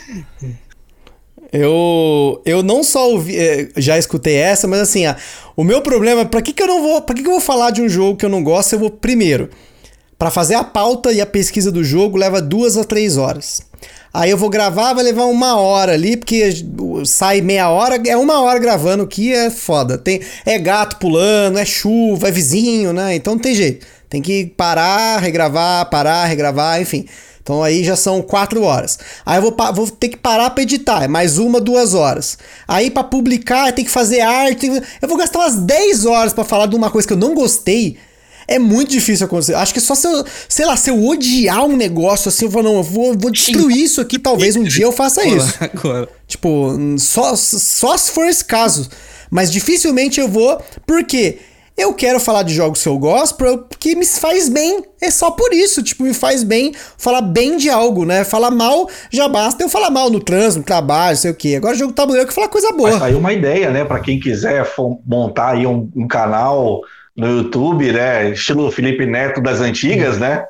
Eu, eu não só ouvi, já escutei essa, mas assim, ah, o meu problema é pra que que eu não vou, pra que que eu vou falar de um jogo que eu não gosto? Eu vou primeiro, pra fazer a pauta e a pesquisa do jogo leva duas a três horas. Aí eu vou gravar, vai levar uma hora ali, porque sai meia hora, é uma hora gravando, que é foda. Tem, é gato pulando, é chuva, é vizinho, né? Então não tem jeito. Tem que parar, regravar, parar, regravar, enfim. Então aí já são quatro horas. Aí eu vou, vou ter que parar pra editar, é mais uma, duas horas. Aí pra publicar, tem que fazer arte. Eu vou gastar umas dez horas pra falar de uma coisa que eu não gostei. É muito difícil acontecer. Acho que só se eu, sei lá, se eu odiar um negócio assim, eu vou, não, eu vou, vou destruir isso aqui, talvez um dia eu faça isso. Agora. Tipo, só, só se for esse caso. Mas dificilmente eu vou, porque eu quero falar de jogos que eu gosto, porque me faz bem. É só por isso, tipo, me faz bem falar bem de algo, né? Falar mal, já basta eu falar mal no trânsito, no trabalho, sei o quê. Agora jogo tabuleiro eu quero falar coisa boa. Mas tá aí uma ideia, né? Pra quem quiser montar aí um, um canal no YouTube, né? Estilo Felipe Neto das antigas, né?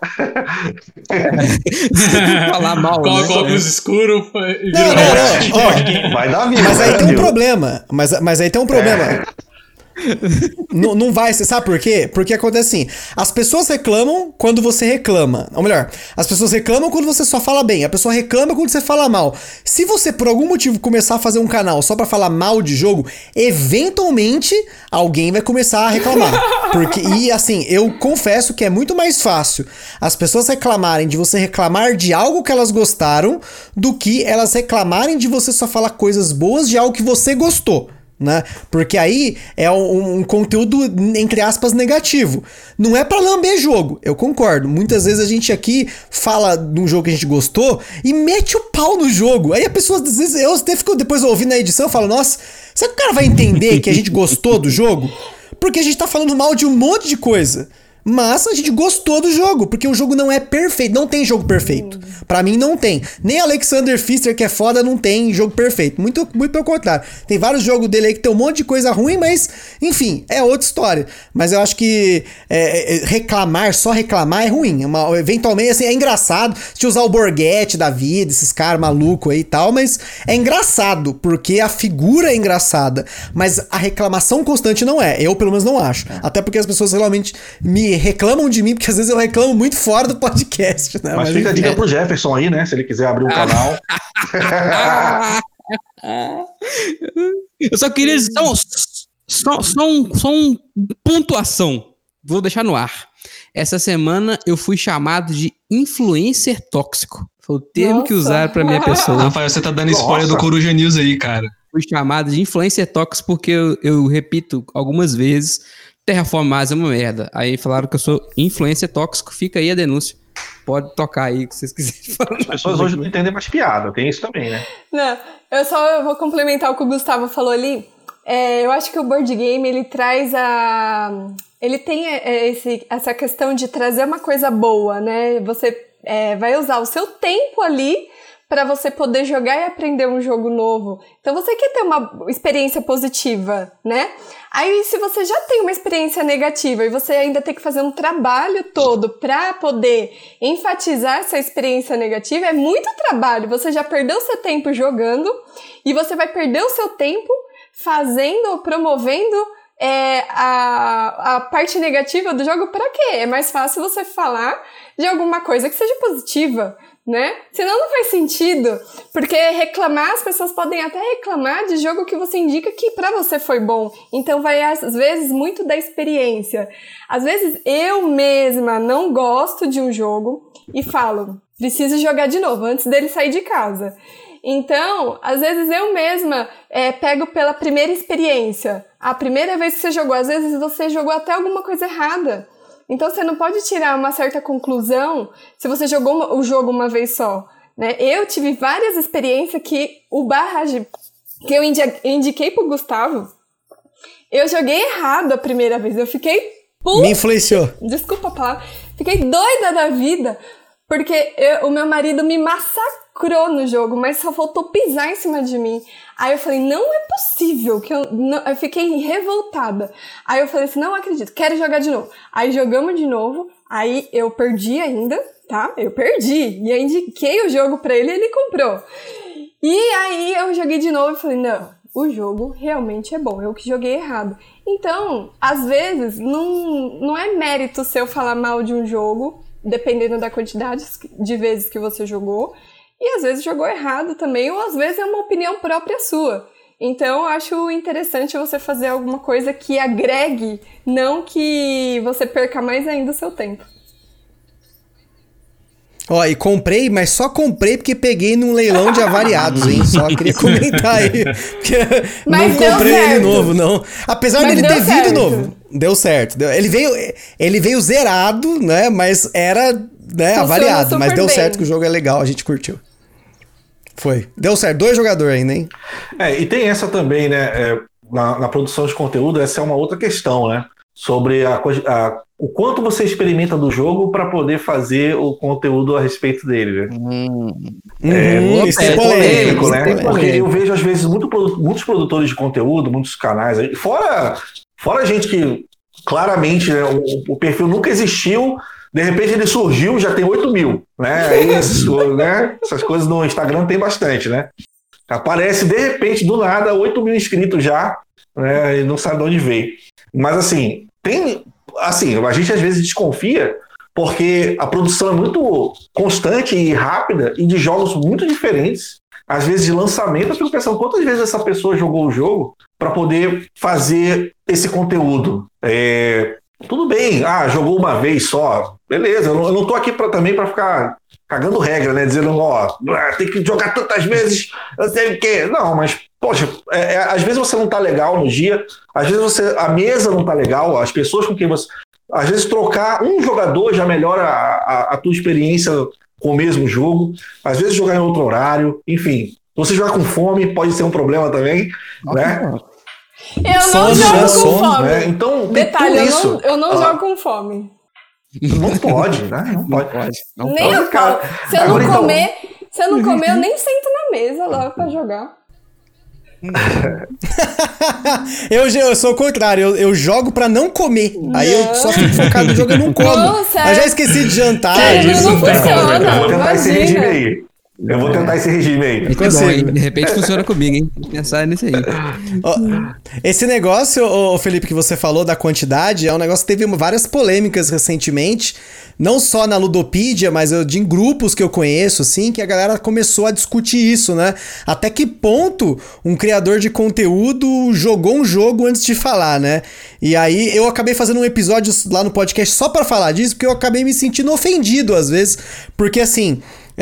Falar mal, coloca né? óculos escuros e vira Não, um não, monte. ó, Vai dar vida. Mas aí vai tem um dar problema. Mas, mas aí tem um problema. É. Não, não vai, você sabe por quê? Porque acontece assim, as pessoas reclamam quando você reclama. Ou melhor, as pessoas reclamam quando você só fala bem. A pessoa reclama quando você fala mal. Se você, por algum motivo, começar a fazer um canal só pra falar mal de jogo, eventualmente alguém vai começar a reclamar. Porque, e assim, eu confesso que é muito mais fácil as pessoas reclamarem de você reclamar de algo que elas gostaram do que elas reclamarem de você só falar coisas boas de algo que você gostou. Né? Porque aí é um, um conteúdo, entre aspas, negativo. Não é pra lamber jogo, eu concordo. Muitas vezes a gente aqui fala de um jogo que a gente gostou e mete o pau no jogo. Aí a pessoa, às vezes, eu até fico depois ouvindo na edição e falo, nossa, será que o cara vai entender que a gente gostou do jogo? Porque a gente tá falando mal de um monte de coisa. Mas a gente gostou do jogo, porque o jogo não é perfeito, não tem jogo perfeito. Pra mim não tem. Nem Alexander Pfister, que é foda, não tem jogo perfeito. Muito, muito pelo contrário. Tem vários jogos dele aí que tem um monte de coisa ruim, mas, enfim, é outra história. Mas eu acho que é, reclamar, só reclamar é ruim. Uma, eventualmente, assim, é engraçado se usar o Borghetti da vida, esses caras malucos aí e tal, mas é engraçado, porque a figura é engraçada. Mas a reclamação constante não é. Eu, pelo menos, não acho. Até porque as pessoas realmente me reclamam de mim, porque às vezes eu reclamo muito fora do podcast, né? Mas, Mas fica a dica pro Jefferson aí, né? Se ele quiser abrir um canal. Eu só queria dizer só, só, só, um, só um pontuação. Vou deixar no ar. Essa semana eu fui chamado de influencer tóxico. Foi o termo Nossa. que usaram pra minha pessoa. Rafael, você tá dando spoiler Nossa. do Coruja News aí, cara. Fui chamado de influencer tóxico porque eu, eu repito algumas vezes, Terraformars é uma merda. Aí falaram que eu sou influencer tóxico, fica aí a denúncia. Pode tocar aí o que vocês quiserem falar. As pessoas hoje não entendem mais piada, tem isso também, né? Não, eu só eu vou complementar o que o Gustavo falou ali. É, eu acho que o board game, ele traz a... Ele tem esse, essa questão de trazer uma coisa boa, né? Você é, vai usar o seu tempo ali para você poder jogar e aprender um jogo novo. Então você quer ter uma experiência positiva, né? Aí se você já tem uma experiência negativa e você ainda tem que fazer um trabalho todo para poder enfatizar essa experiência negativa, é muito trabalho. Você já perdeu seu tempo jogando e você vai perder o seu tempo fazendo, promovendo é, a, a parte negativa do jogo. Para quê? É mais fácil você falar de alguma coisa que seja positiva, né? Senão não faz sentido, porque reclamar, as pessoas podem até reclamar de jogo que você indica que pra você foi bom, então vai às vezes muito da experiência. Às vezes eu mesma não gosto de um jogo e falo, preciso jogar de novo antes dele sair de casa. Então, às vezes eu mesma é, pego pela primeira experiência, a primeira vez que você jogou, às vezes você jogou até alguma coisa errada. Então você não pode tirar uma certa conclusão se você jogou o jogo uma vez só, né? Eu tive várias experiências que o barrage que eu indiquei pro Gustavo, eu joguei errado a primeira vez. Eu fiquei puta, me influenciou. Desculpa a palavra. Fiquei doida da vida porque eu, o meu marido me massacrou no jogo, mas só faltou pisar em cima de mim. Aí eu falei, não é possível, que eu, não, eu fiquei revoltada. Aí eu falei assim, não acredito, quero jogar de novo. Aí jogamos de novo, aí eu perdi ainda, tá? Eu perdi, e eu indiquei o jogo pra ele e ele comprou. E aí eu joguei de novo e falei, não, o jogo realmente é bom, eu que joguei errado. Então, às vezes, não, não é mérito seu falar mal de um jogo, dependendo da quantidade de vezes que você jogou, e às vezes jogou errado também, ou às vezes é uma opinião própria sua. Então, eu acho interessante você fazer alguma coisa que agregue, não que você perca mais ainda o seu tempo. Ó, e comprei, mas só comprei porque peguei num leilão de avariados, hein? Só queria comentar aí. Porque mas não comprei certo. ele novo, não. Apesar mas dele ter certo. vindo novo. Deu certo. Deu, ele, veio, ele veio zerado, né? Mas era né, avaliado. Mas deu bem. Certo que o jogo é legal, a gente curtiu. Foi. Deu certo. Dois jogadores ainda, hein? É, e tem essa também, né? É, na, na produção de conteúdo, essa é uma outra questão, né? Sobre a, a, o quanto você experimenta do jogo para poder fazer o conteúdo a respeito dele, né? Hum. É, Hum, isso é polêmico, né? É porque eu vejo, às vezes, muito, muitos produtores de conteúdo, muitos canais, fora, fora gente que, claramente, né, o, o perfil nunca existiu, de repente ele surgiu, já tem oito mil, né? Isso, né? Essas coisas no Instagram tem bastante, né? Aparece, de repente, do nada, oito mil inscritos já, né? E não sabe de onde veio. Mas, assim, tem... Assim, a gente às vezes desconfia porque a produção é muito constante e rápida e de jogos muito diferentes. Às vezes, de lançamento, eu fico pensando quantas vezes essa pessoa jogou o jogo para poder fazer esse conteúdo. É... Tudo bem, ah, jogou uma vez só, beleza, eu não, eu não tô aqui pra, também para ficar cagando regra, né, dizendo, ó, tem que jogar tantas vezes, eu sei o quê. Não, mas, poxa, é, é, às vezes você não tá legal no dia, às vezes você, a mesa não tá legal, as pessoas com quem você... Às vezes trocar um jogador já melhora a, a, a tua experiência com o mesmo jogo, às vezes jogar em outro horário, enfim. Se você jogar com fome, pode ser um problema também, ah, né? Eu não sono, jogo com sono, fome. Né? Então, detalhe, eu isso. não, eu não ah. jogo com fome. Não pode, né? Não pode. Não pode. Não nem pode, eu cara. Se eu não comer, então... se eu não comer, eu nem sento na mesa logo pra jogar. eu, eu sou o contrário, eu, eu jogo pra não comer. Não. Aí eu só fico focado no jogo e não como. Não, eu já esqueci de jantar. Sério, disso, não funciona. Eu vou tentar esse regime aí. Eu vou tentar esse regime aí. É bom, hein? De repente funciona comigo, hein? Vou pensar nisso aí. Ó, esse negócio, ô, Felipe, que você falou da quantidade, é um negócio que teve várias polêmicas recentemente. Não só na Ludopedia, mas eu, de em grupos que eu conheço, assim, que a galera começou a discutir isso, né? Até que ponto um criador de conteúdo jogou um jogo antes de falar, né? E aí eu acabei fazendo um episódio lá no podcast só pra falar disso, porque eu acabei me sentindo ofendido às vezes, porque assim...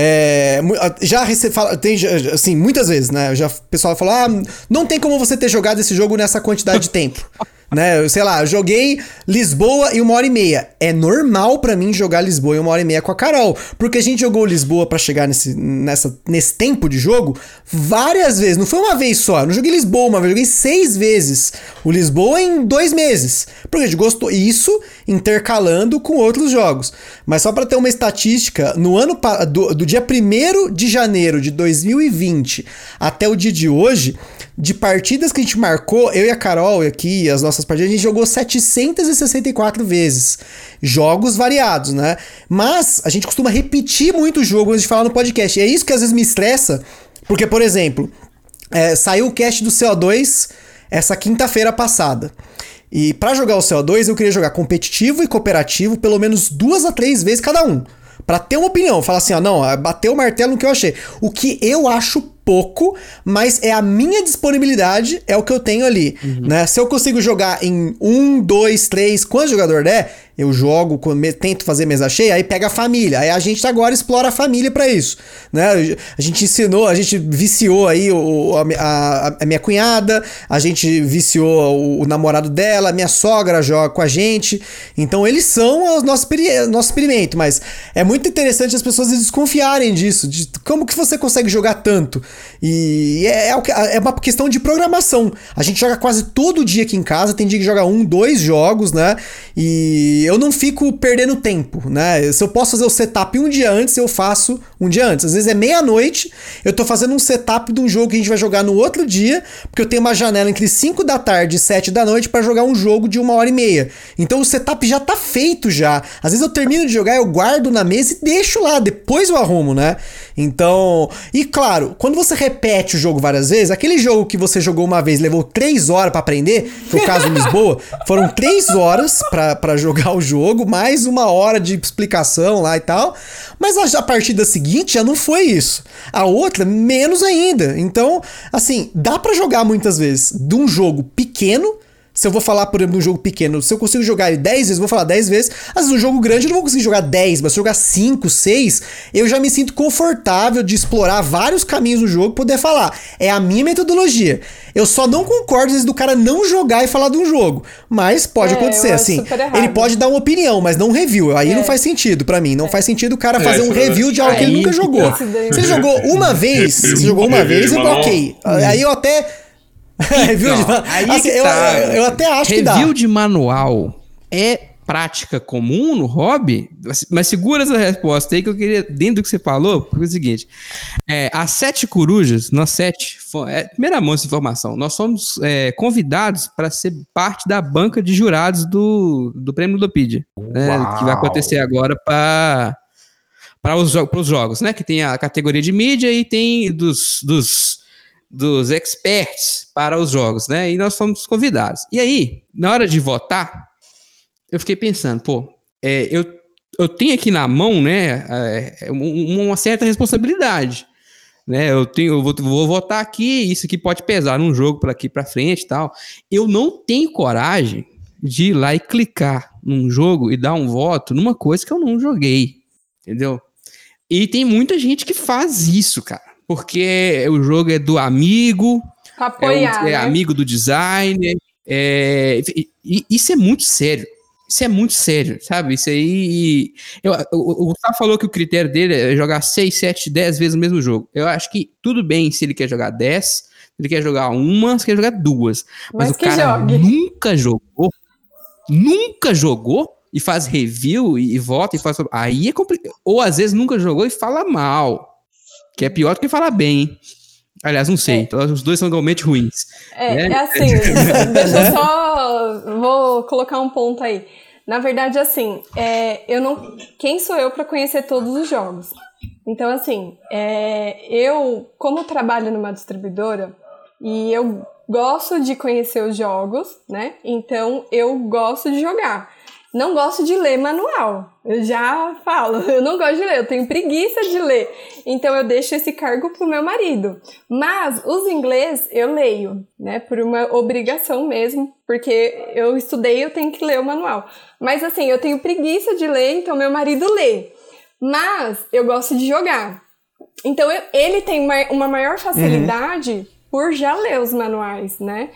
É, já recebe, tem, assim, muitas vezes, né? Já, o pessoal falou: ah, não tem como você ter jogado esse jogo nessa quantidade de tempo. Né? Sei lá, eu joguei Lisboa e uma hora e meia. É normal pra mim jogar Lisboa e uma hora e meia com a Carol, porque a gente jogou Lisboa pra chegar nesse, nessa, nesse tempo de jogo várias vezes. Não foi uma vez só. Eu não joguei Lisboa uma vez, eu joguei seis vezes o Lisboa em dois meses. Porque a gente gostou isso intercalando com outros jogos. Mas só pra ter uma estatística, no ano do, do dia primeiro de janeiro de dois mil e vinte até o dia de hoje, de partidas que a gente marcou, eu e a Carol aqui, as nossas partidas, a gente jogou setecentas e sessenta e quatro vezes. Jogos variados, né? Mas a gente costuma repetir muito o jogo antes de falar no podcast. E é isso que às vezes me estressa, porque, por exemplo, é, saiu o cast do C O dois essa quinta-feira passada. E pra jogar o C O dois eu queria jogar competitivo e cooperativo pelo menos duas a três vezes cada um. Pra ter uma opinião, falar assim, ó, não, bateu o martelo no que eu achei. O que eu acho pouco, mas é a minha disponibilidade, é o que eu tenho ali, uhum. né? Se eu consigo jogar em um, dois, três, quantos jogador der, eu jogo, tento fazer mesa cheia, aí pega a família. Aí a gente agora explora a família pra isso, né? A gente ensinou, a gente viciou aí o, a, a, a minha cunhada, a gente viciou o, o namorado dela, a minha sogra joga com a gente. Então eles são o nosso, nosso experimento, mas é muito interessante as pessoas desconfiarem disso, de como que você consegue jogar tanto. E é, é uma questão de programação. A gente joga quase todo dia aqui em casa, tem dia que joga um, dois jogos, né? E eu não fico perdendo tempo, né? Se eu posso fazer o setup um dia antes, eu faço um dia antes. Às vezes é meia-noite, eu tô fazendo um setup de um jogo que a gente vai jogar no outro dia, porque eu tenho uma janela entre cinco da tarde e sete da noite pra jogar um jogo de uma hora e meia. Então o setup já tá feito já. Às vezes eu termino de jogar, eu guardo na mesa e deixo lá, depois eu arrumo, né? Então, e claro, quando você repete o jogo várias vezes, aquele jogo que você jogou uma vez levou três horas pra aprender, foi o caso de Lisboa, foram três horas pra, pra jogar o jogo, mais uma hora de explicação lá e tal, mas a, a partida seguinte já não foi isso. A outra, menos ainda. Então, assim, dá pra jogar muitas vezes de um jogo pequeno, se eu vou falar, por exemplo, de um jogo pequeno, se eu consigo jogar ele dez vezes, eu vou falar dez vezes. Às vezes, um jogo grande eu não vou conseguir jogar dez, mas se eu jogar cinco, seis, eu já me sinto confortável de explorar vários caminhos do jogo e poder falar. É a minha metodologia. Eu só não concordo, às vezes, do cara não jogar e falar de um jogo. Mas pode é, acontecer, assim. Ele pode dar uma opinião, mas não um review. Aí é. não faz sentido pra mim. Não é. faz sentido o cara fazer é, um review de algo que ele nunca jogou. Se ele jogou uma vez, se jogou uma vez, eu ok. Aí eu até... Review de manual. Assim, eu, tá. eu, eu até acho Review que dá. Review de manual é prática comum no hobby? Mas segura essa resposta aí que eu queria, dentro do que você falou, porque é o seguinte, é, as sete corujas, nós sete, é, primeira mão essa informação, nós somos é, convidados para ser parte da banca de jurados do, do Prêmio Ludopedia, né, que vai acontecer agora para para os, os jogos, né, que tem a categoria de mídia e tem dos... dos dos experts para os jogos, né? E nós fomos convidados. E aí, na hora de votar, eu fiquei pensando, pô, é, eu, eu tenho aqui na mão, né, é, uma certa responsabilidade, né? Eu tenho, eu vou, vou votar aqui, isso aqui pode pesar num jogo para aqui para frente e tal. Eu não tenho coragem de ir lá e clicar num jogo e dar um voto numa coisa que eu não joguei, entendeu? E tem muita gente que faz isso, cara. Porque o jogo é do amigo, apoiar, é, o, é né? amigo do designer. É, e, e, isso é muito sério. Isso é muito sério, sabe? Isso aí... Eu, o, o Gustavo falou que o critério dele é jogar seis, sete, dez vezes o mesmo jogo. Eu acho que tudo bem se ele quer jogar dez, se ele quer jogar uma, se ele quer jogar duas. Mas, Mas o cara jogue. nunca jogou, nunca jogou e faz review e, e vota e faz... Aí é complicado. Ou às vezes nunca jogou e fala mal. Que é pior do que falar bem, hein? Aliás, não sei. É. Os dois são igualmente ruins. É, né? é assim, deixa eu só... Vou colocar um ponto aí. Na verdade, assim, é, eu não... Quem sou eu para conhecer todos os jogos? Então, assim, é, eu, como trabalho numa distribuidora, e eu gosto de conhecer os jogos, né? Então, eu gosto de jogar. Não gosto de ler manual, eu já falo, eu não gosto de ler, eu tenho preguiça de ler, então eu deixo esse cargo pro meu marido. Mas os inglês eu leio, né, por uma obrigação mesmo, porque eu estudei, eu tenho que ler o manual. Mas assim, eu tenho preguiça de ler, então meu marido lê. Mas eu gosto de jogar. Então eu, ele tem uma, uma maior facilidade uhum. por já ler os manuais, né?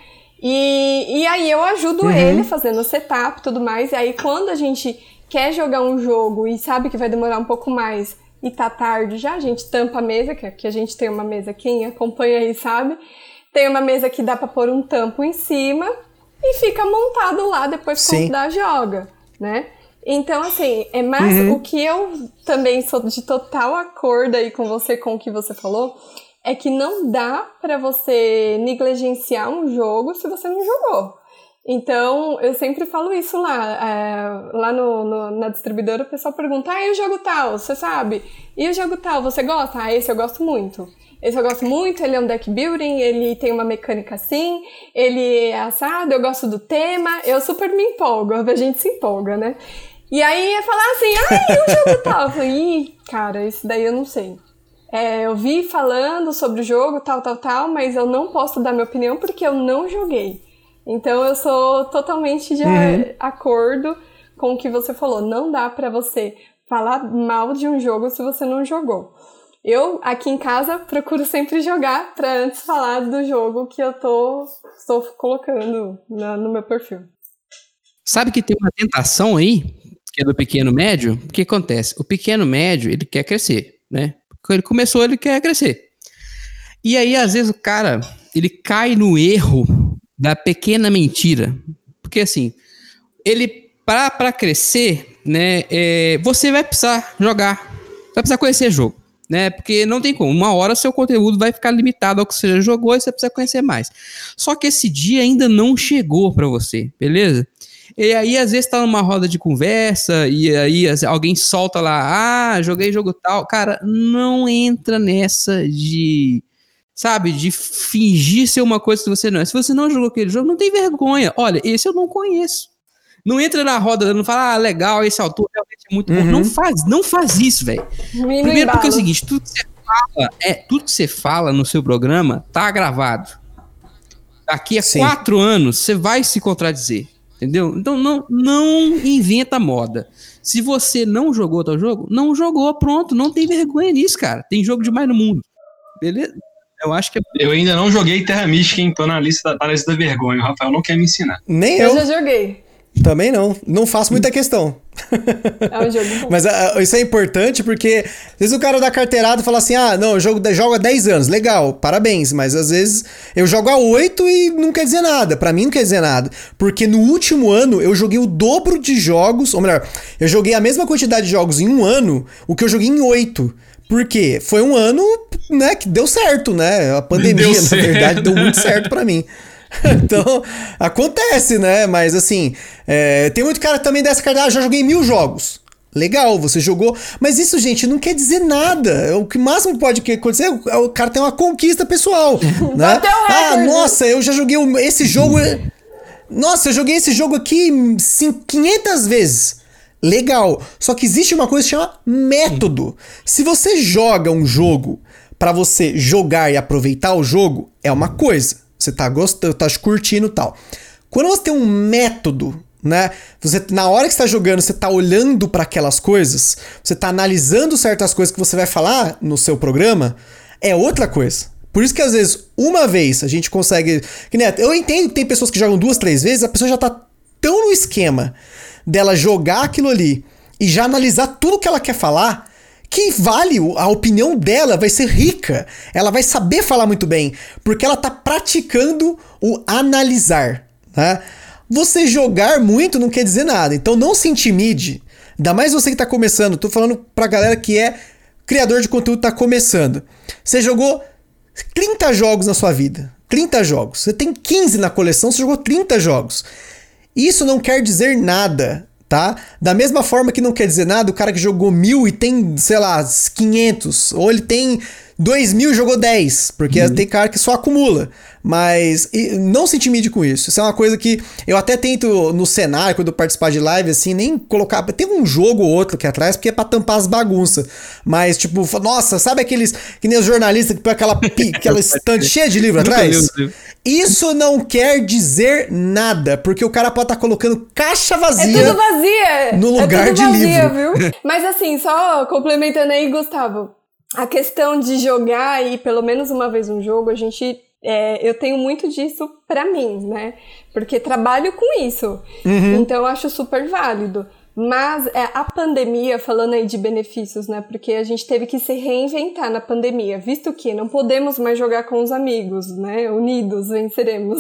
E, e aí eu ajudo uhum. ele fazendo o setup e tudo mais. E aí quando a gente quer jogar um jogo e sabe que vai demorar um pouco mais e tá tarde já, a gente tampa a mesa, que aqui a gente tem uma mesa, quem acompanha aí sabe, tem uma mesa que dá pra pôr um tampo em cima e fica montado lá depois que o convidado joga, né? Então, assim, é mais uhum. o que eu também sou de total acordo aí com você, com o que você falou, é que não dá pra você negligenciar um jogo se você não jogou. Então, eu sempre falo isso lá. É, lá no, no, na distribuidora, o pessoal pergunta, ah, e o jogo tal, você sabe? E o jogo tal, você gosta? Ah, esse eu gosto muito. Esse eu gosto muito, ele é um deck building, ele tem uma mecânica assim, ele é assado, eu gosto do tema, eu super me empolgo, a gente se empolga, né? E aí ia falar assim, ah, e o jogo tal? Eu falei, ih, cara, esse daí eu não sei. É, eu vi falando sobre o jogo, tal, tal, tal, mas eu não posso dar minha opinião porque eu não joguei. Então eu sou totalmente de uhum. acordo com o que você falou. Não dá pra você falar mal de um jogo se você não jogou. Eu, aqui em casa, procuro sempre jogar pra antes falar do jogo que eu tô, estou colocando na, no meu perfil. Sabe que tem uma tentação aí, que é do pequeno médio? O que acontece? O pequeno médio, ele quer crescer, né? Quando ele começou, ele quer crescer. E aí, às vezes, o cara, ele cai no erro da pequena mentira. Porque, assim, ele, pra, pra crescer, né, é, você vai precisar jogar, vai precisar conhecer jogo, né? Porque não tem como. Uma hora, seu conteúdo vai ficar limitado ao que você já jogou e você precisa conhecer mais. Só que esse dia ainda não chegou pra você, beleza? E aí, às vezes, tá numa roda de conversa e aí alguém solta lá, ah, joguei jogo tal. Cara, não entra nessa de, sabe, de fingir ser uma coisa que você não é. Se você não jogou aquele jogo, não tem vergonha. Olha, esse eu não conheço. Não entra na roda, não fala, ah, legal, esse autor realmente é muito uhum. bom. Não faz, não faz isso, velho. Primeiro porque é o seguinte, tudo que você fala, é, tudo que você fala no seu programa tá gravado. Daqui a Sim. quatro anos, você vai se contradizer. Entendeu? Então não, não inventa moda. Se você não jogou tal jogo, não jogou, pronto. Não tem vergonha nisso, cara. Tem jogo demais no mundo. Beleza? Eu acho que é... Eu ainda não joguei Terra Mística, hein? Tô na lista da, na lista da vergonha. O Rafael não quer me ensinar. Nem Eu eu. já joguei. Também não. Não faço muita questão. É um jogo bom. Mas uh, isso é importante porque às vezes o cara dá carteirada e fala assim, ah, não, eu jogo, jogo há dez anos, legal, parabéns, mas às vezes eu jogo há oito e não quer dizer nada, pra mim não quer dizer nada, porque no último ano eu joguei o dobro de jogos, ou melhor, eu joguei a mesma quantidade de jogos em um ano, o que eu joguei em oito. Por quê? Foi um ano, né, que deu certo, né, a pandemia, na certo. verdade, deu muito certo pra mim. Então, acontece, né? Mas assim, é, tem muito cara também dessa cara, ah, já joguei mil jogos. Legal, você jogou. Mas isso, gente, não quer dizer nada. O que máximo pode acontecer é o cara ter uma conquista pessoal. Né? Ah, nossa, eu já joguei esse jogo. Nossa, eu joguei esse jogo aqui quinhentas vezes. Legal. Só que existe uma coisa que chama método. Se você joga um jogo pra você jogar e aproveitar o jogo, é uma coisa. Você tá gostando, tá curtindo e tal. Quando você tem um método, né? Você, na hora que você tá jogando, você tá olhando para aquelas coisas, você tá analisando certas coisas que você vai falar no seu programa, é outra coisa. Por isso que às vezes, uma vez, a gente consegue... Que, né, eu entendo que tem pessoas que jogam duas, três vezes, a pessoa já tá tão no esquema dela jogar aquilo ali e já analisar tudo que ela quer falar... que vale, a opinião dela vai ser rica, ela vai saber falar muito bem, porque ela tá praticando o analisar, né? Você jogar muito não quer dizer nada, então não se intimide, ainda mais você que tá começando, tô falando pra galera que é criador de conteúdo, tá começando. Você jogou trinta jogos na sua vida, trinta jogos, você tem quinze na coleção, você jogou trinta jogos. Isso não quer dizer nada, tá? Da mesma forma que não quer dizer nada o cara que jogou mil e tem, sei lá, quinhentos, ou ele tem dois mil e jogou dez, porque uhum. tem cara que só acumula, mas não se intimide com isso. Isso é uma coisa que eu até tento no cenário, quando eu participar de live, assim, nem colocar, tem um jogo ou outro aqui atrás, porque é pra tampar as bagunças, mas tipo, nossa, sabe aqueles, que nem os jornalistas que põem aquela, aquela estante cheia de livro atrás? Isso não quer dizer nada, porque o cara pode estar tá colocando caixa vazia, é tudo vazia no lugar é tudo de vazia, livro. Viu? Mas assim, só complementando aí, Gustavo, a questão de jogar aí pelo menos uma vez um jogo, a gente, é, eu tenho muito disso pra mim, né? Porque trabalho com isso, uhum. Então eu acho super válido. Mas é, a pandemia, falando aí de benefícios, né? Porque a gente teve que se reinventar na pandemia, visto que não podemos mais jogar com os amigos, né? Unidos venceremos.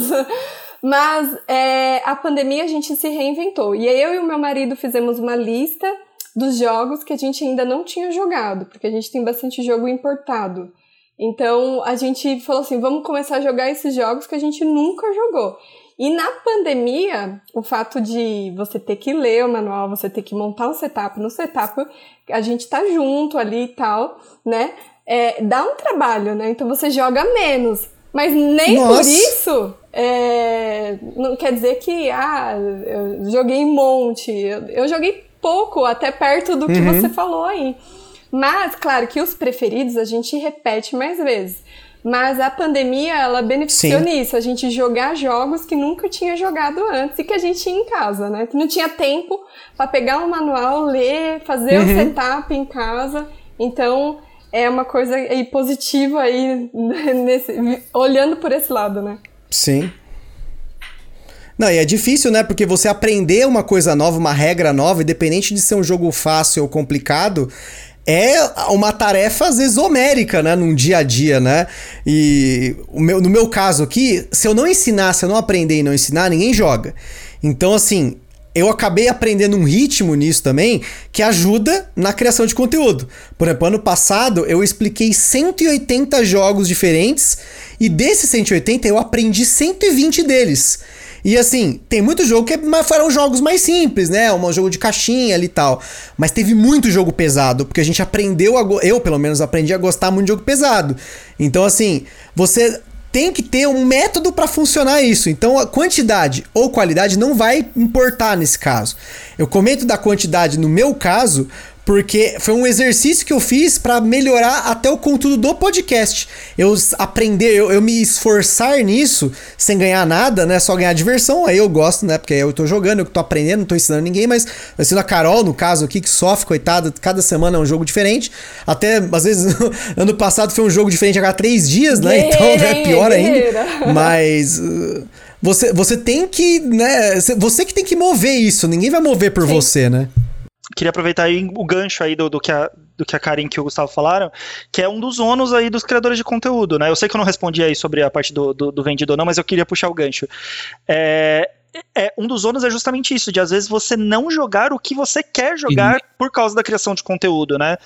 Mas é, a pandemia a gente se reinventou. E aí eu e o meu marido fizemos uma lista dos jogos que a gente ainda não tinha jogado, porque a gente tem bastante jogo importado. Então a gente falou assim, vamos começar a jogar esses jogos que a gente nunca jogou. E na pandemia, o fato de você ter que ler o manual, você ter que montar um setup, no setup a gente tá junto ali e tal, né? É, dá um trabalho, né? Então você joga menos. Mas nem Nossa. por isso é, não quer dizer que ah, eu joguei um monte. Eu, eu joguei pouco, até perto do que uhum. você falou aí. Mas, claro, que os preferidos a gente repete mais vezes. Mas a pandemia, ela beneficiou Sim. nisso. A gente jogar jogos que nunca tinha jogado antes e que a gente tinha em casa, né? Que não tinha tempo para pegar um manual, ler, fazer uhum. o setup em casa. Então, é uma coisa aí positiva aí, nesse, olhando por esse lado, né? Sim. Não, e é difícil, né? Porque você aprender uma coisa nova, uma regra nova, independente de ser um jogo fácil ou complicado, é uma tarefa, às vezes, homérica, né? Num dia a dia, né? E o meu, no meu caso aqui, se eu não ensinar, se eu não aprender e não ensinar, ninguém joga. Então, assim, eu acabei aprendendo um ritmo nisso também, que ajuda na criação de conteúdo. Por exemplo, ano passado, eu expliquei cento e oitenta jogos diferentes, e desses cento e oitenta, eu aprendi cento e vinte deles. E assim, tem muito jogo que foram jogos mais simples, né? Um jogo de caixinha ali e tal. Mas teve muito jogo pesado, porque a gente aprendeu, a go- eu pelo menos aprendi a gostar muito de jogo pesado. Então assim, você tem que ter um método para funcionar isso. Então a quantidade ou qualidade não vai importar nesse caso. Eu comento da quantidade no meu caso, Porque foi um exercício que eu fiz pra melhorar até o conteúdo do podcast. Eu aprender, eu, eu me esforçar nisso, sem ganhar nada, né? Só ganhar diversão, aí eu gosto, né? Porque eu tô jogando, eu tô aprendendo, não tô ensinando ninguém, mas eu ensino a Carol, no caso aqui, que sofre, coitada, cada semana é um jogo diferente. Até, às vezes, ano passado foi um jogo diferente a cada três dias, né? Guerreira, Então é pior guerreira. ainda. Mas... Uh, você, você tem que, né? Você que tem que mover isso, ninguém vai mover por Sim. você, né? Queria aproveitar aí o gancho aí do, do, que a, do que a Karen e o Gustavo falaram, que é um dos ônus aí dos criadores de conteúdo, né? Eu sei que eu não respondi aí sobre a parte do, do, do vendido ou não, mas eu queria puxar o gancho. É, é, um dos ônus é justamente isso, de às vezes você não jogar o que você quer jogar Sim. por causa da criação de conteúdo, né?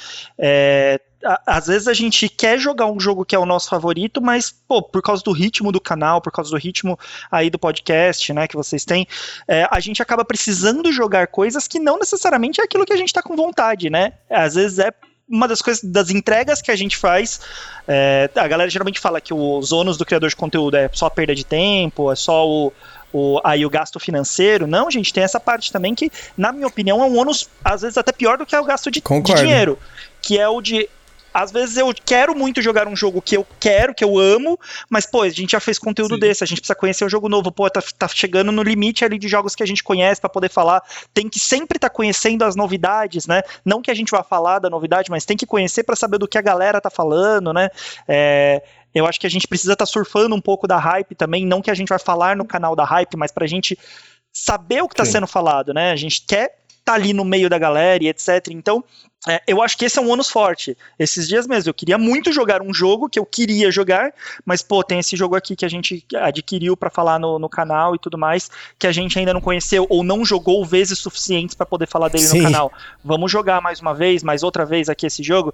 É, às vezes a gente quer jogar um jogo que é o nosso favorito, mas, pô, por causa do ritmo do canal, por causa do ritmo aí do podcast, né, que vocês têm, é, a gente acaba precisando jogar coisas que não necessariamente é aquilo que a gente tá com vontade, né? Às vezes é uma das coisas, das entregas que a gente faz, é, a galera geralmente fala que os ônus do criador de conteúdo é só a perda de tempo, é só o O, aí o gasto financeiro, não, gente, tem essa parte também que, na minha opinião, é um ônus, às vezes até pior do que é o gasto de, de dinheiro, que é o de, às vezes eu quero muito jogar um jogo que eu quero, que eu amo, mas, pô, a gente já fez conteúdo Sim. desse, a gente precisa conhecer um jogo novo, pô, tá, tá chegando no limite ali de jogos que a gente conhece pra poder falar, tem que sempre estar tá conhecendo as novidades, né, não que a gente vá falar da novidade, mas tem que conhecer pra saber do que a galera tá falando, né, é... Eu acho que a gente precisa estar tá surfando um pouco da hype também, não que a gente vai falar no canal da hype, mas pra gente saber o que está sendo falado, né? A gente quer estar tá ali no meio da galera e etcétera. Então, é, eu acho que esse é um ônus forte. Esses dias mesmo, eu queria muito jogar um jogo que eu queria jogar, mas, pô, tem esse jogo aqui que a gente adquiriu para falar no, no canal e tudo mais, que a gente ainda não conheceu ou não jogou vezes suficientes para poder falar dele Sim. no canal. Vamos jogar mais uma vez, mais outra vez aqui esse jogo?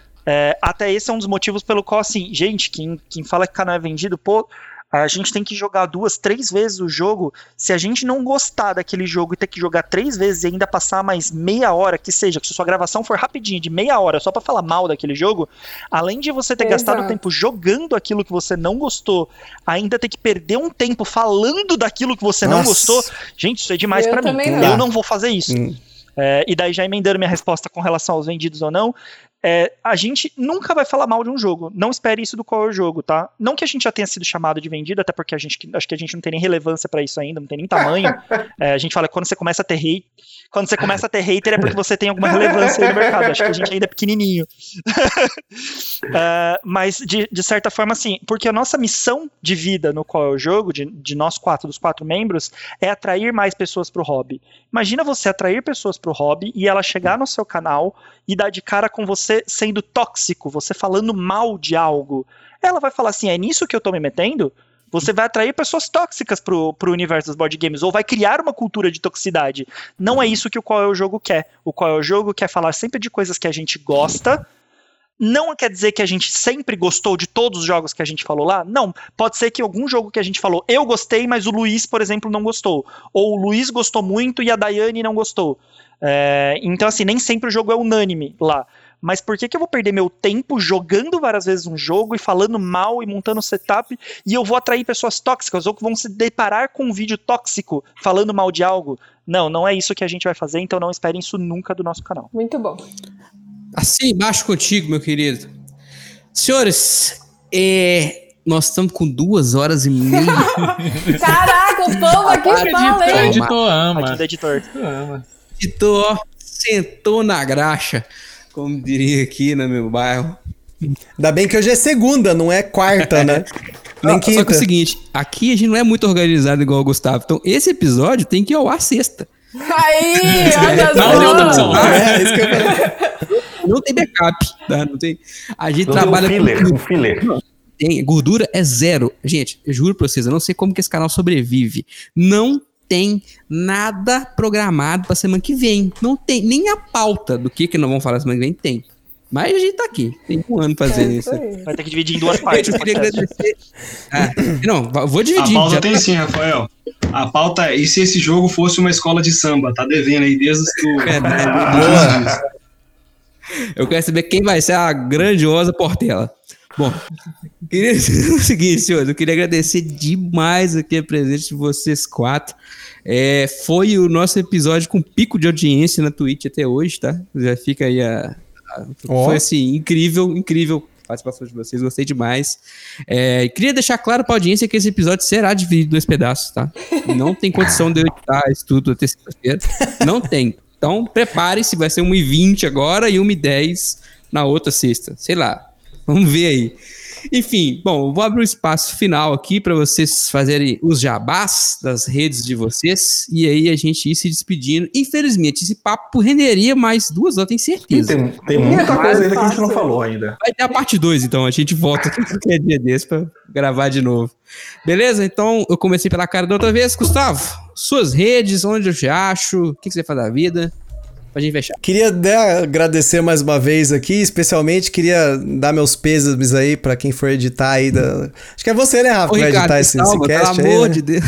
É, até esse é um dos motivos pelo qual, assim, gente, quem, quem fala que o canal é vendido, pô, a gente tem que jogar duas, três vezes o jogo. Se a gente não gostar daquele jogo e ter que jogar três vezes e ainda passar mais meia hora, que seja, que se sua gravação for rapidinho, de meia hora, só pra falar mal daquele jogo, além de você ter Exato. gastado tempo jogando aquilo que você não gostou, ainda ter que perder um tempo falando daquilo que você Nossa. não gostou, gente, isso é demais eu pra mim. Não. Eu não vou fazer isso. Hum. É, e daí já emendando minha resposta com relação aos vendidos ou não, é, a gente nunca vai falar mal de um jogo, não espere isso do qual é o jogo, tá? Não que a gente já tenha sido chamado de vendido, até porque a gente, acho que a gente não tem nem relevância pra isso ainda, não tem nem tamanho. É, a gente fala que quando você começa a ter hate, quando você começa a ter hater é porque você tem alguma relevância aí no mercado, acho que a gente ainda é pequenininho. uh, mas de, de certa forma, assim, porque a nossa missão de vida no qual é o jogo, de, de nós quatro, dos quatro membros, é atrair mais pessoas pro hobby. Imagina você atrair pessoas pro hobby e ela chegar no seu canal e dar de cara com você sendo tóxico, você falando mal de algo. Ela vai falar assim, é nisso que eu tô me metendo? Você vai atrair pessoas tóxicas pro, pro universo dos board games, ou vai criar uma cultura de toxicidade. Não é isso que o Qual é o Jogo quer. O Qual é o Jogo quer falar sempre de coisas que a gente gosta. Não quer dizer que a gente sempre gostou de todos os jogos que a gente falou lá? Não. Pode ser que algum jogo que a gente falou, eu gostei, mas o Luiz, por exemplo, não gostou. Ou o Luiz gostou muito e a Daiane não gostou. É, então, assim, nem sempre o jogo é unânime lá. Mas por que que eu vou perder meu tempo jogando várias vezes um jogo e falando mal e montando setup e eu vou atrair pessoas tóxicas ou que vão se deparar com um vídeo tóxico falando mal de algo? Não, não é isso que a gente vai fazer, então não esperem isso nunca do nosso canal. Muito bom. Assim embaixo contigo, meu querido. Senhores, é... nós estamos com duas horas e meia. Caraca, o povo aqui fala, hein? Editor ama. Editor ama. Editor sentou na graxa. Como diria aqui no meu bairro. Ainda bem que hoje é segunda, não é quarta, né? Nem quinta. Só que é o seguinte, aqui a gente não é muito organizado igual o Gustavo. Então esse episódio tem que ir ao ar sexta. Aí, olha não, não, não, não. Ah, é, isso que eu falei. Não tem backup, tá? Não tem... A gente não trabalha tem um filler, com... um filler. Tem, gordura é zero. Gente, eu juro pra vocês, eu não sei como que esse canal sobrevive. Não tem nada programado pra semana que vem. Não tem nem a pauta do que que nós vamos falar semana que vem, tem. Mas a gente tá aqui. Tem um ano fazendo é isso. Aí. Vai ter que dividir em duas partes. Eu queria agradecer. Ah, não, vou dividir. A pauta já tem tá... sim, Rafael. A pauta é, e se esse jogo fosse uma escola de samba? Tá devendo aí desde o... É, boa. Eu quero saber quem vai ser a grandiosa Portela. Bom, Queria dizer o seguinte, senhores, eu queria agradecer demais aqui a presença de vocês quatro. É, foi o nosso episódio com pico de audiência na Twitch até hoje, tá? Já fica aí a... a oh. Foi assim, incrível, incrível a participação de vocês, gostei demais. É, queria deixar claro pra audiência que esse episódio será dividido em dois pedaços, tá? Não tem condição de eu editar isso tudo até sexta-feira. Não tem. Então, prepare-se, vai ser uma e vinte agora e uma e dez na outra sexta. Sei lá, vamos ver aí. Enfim, bom, eu vou abrir um espaço final aqui para vocês fazerem os jabás das redes de vocês e aí a gente ir se despedindo. Infelizmente, esse papo renderia mais duas horas, tenho certeza. Tem, tem muita coisa ainda que a gente não falou ainda. Vai ter a parte dois, então, a gente volta qualquer dia desse para gravar de novo. Beleza? Então, eu comecei pela cara da outra vez. Gustavo, suas redes, onde eu te acho, o que, que você faz da vida? Pra gente fechar. Queria né, agradecer mais uma vez aqui, especialmente queria dar meus pêsames aí pra quem for editar aí da... Acho que é você, né, Rafa, que vai editar esse, salva, esse cast pelo aí, amor né? de Deus.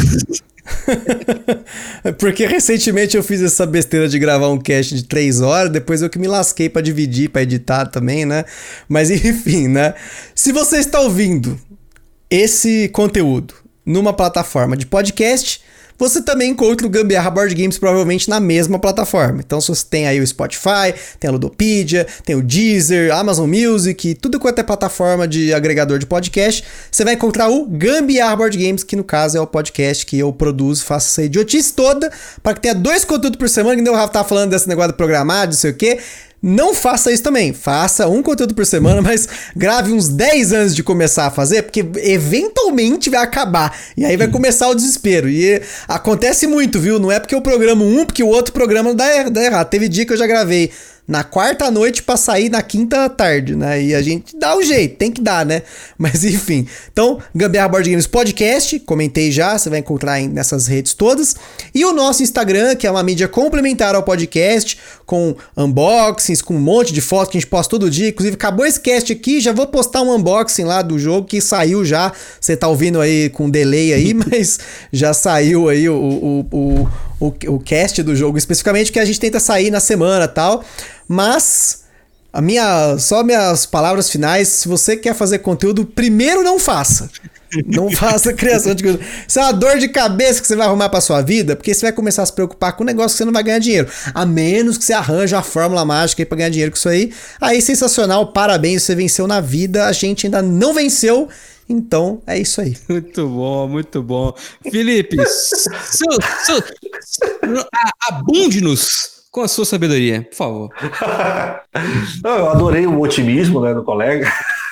Porque recentemente eu fiz essa besteira de gravar um cast de três horas, depois eu que me lasquei pra dividir, pra editar também, né? Mas enfim, né? Se você está ouvindo esse conteúdo numa plataforma de podcast, você também encontra o Gambiarra Board Games provavelmente na mesma plataforma. Então, se você tem aí o Spotify, tem a Ludopedia, tem o Deezer, Amazon Music, tudo quanto é plataforma de agregador de podcast, você vai encontrar o Gambiarra Board Games, que no caso é o podcast que eu produzo, faço essa idiotice toda, para que tenha dois conteúdos por semana, que nem o Rafa tá falando desse negócio de programado, não sei o quê. Não faça isso também, faça um conteúdo por semana, mas grave uns dez antes de começar a fazer, porque eventualmente vai acabar, e aí vai começar o desespero, e acontece muito, viu? Não é porque eu programo um, porque o outro programa dá, dá errado. Teve dia que eu já gravei na quarta noite pra sair na quinta tarde, né? E a gente dá o jeito, tem que dar, né? Mas enfim. Então, Gambiarra Board Games Podcast, comentei já, você vai encontrar aí nessas redes todas. E o nosso Instagram, que é uma mídia complementar ao podcast, com unboxings, com um monte de fotos que a gente posta todo dia. Inclusive, acabou esse cast aqui, já vou postar um unboxing lá do jogo que saiu já. Você tá ouvindo aí com delay aí, mas já saiu aí o, o, o, o, o cast do jogo especificamente, que a gente tenta sair na semana e tal. Mas a minha, só minhas palavras finais, se você quer fazer conteúdo, primeiro não faça. Não faça criação de conteúdo. Isso é uma dor de cabeça que você vai arrumar pra sua vida, porque você vai começar a se preocupar com um negócio que você não vai ganhar dinheiro. A menos que você arranje a fórmula mágica aí pra ganhar dinheiro com isso aí. Aí, sensacional, parabéns, você venceu na vida. A gente ainda não venceu. Então, é isso aí. Muito bom, muito bom. Felipe, su, su, abunde-nos com a sua sabedoria, por favor. Eu adorei o otimismo, né, do colega.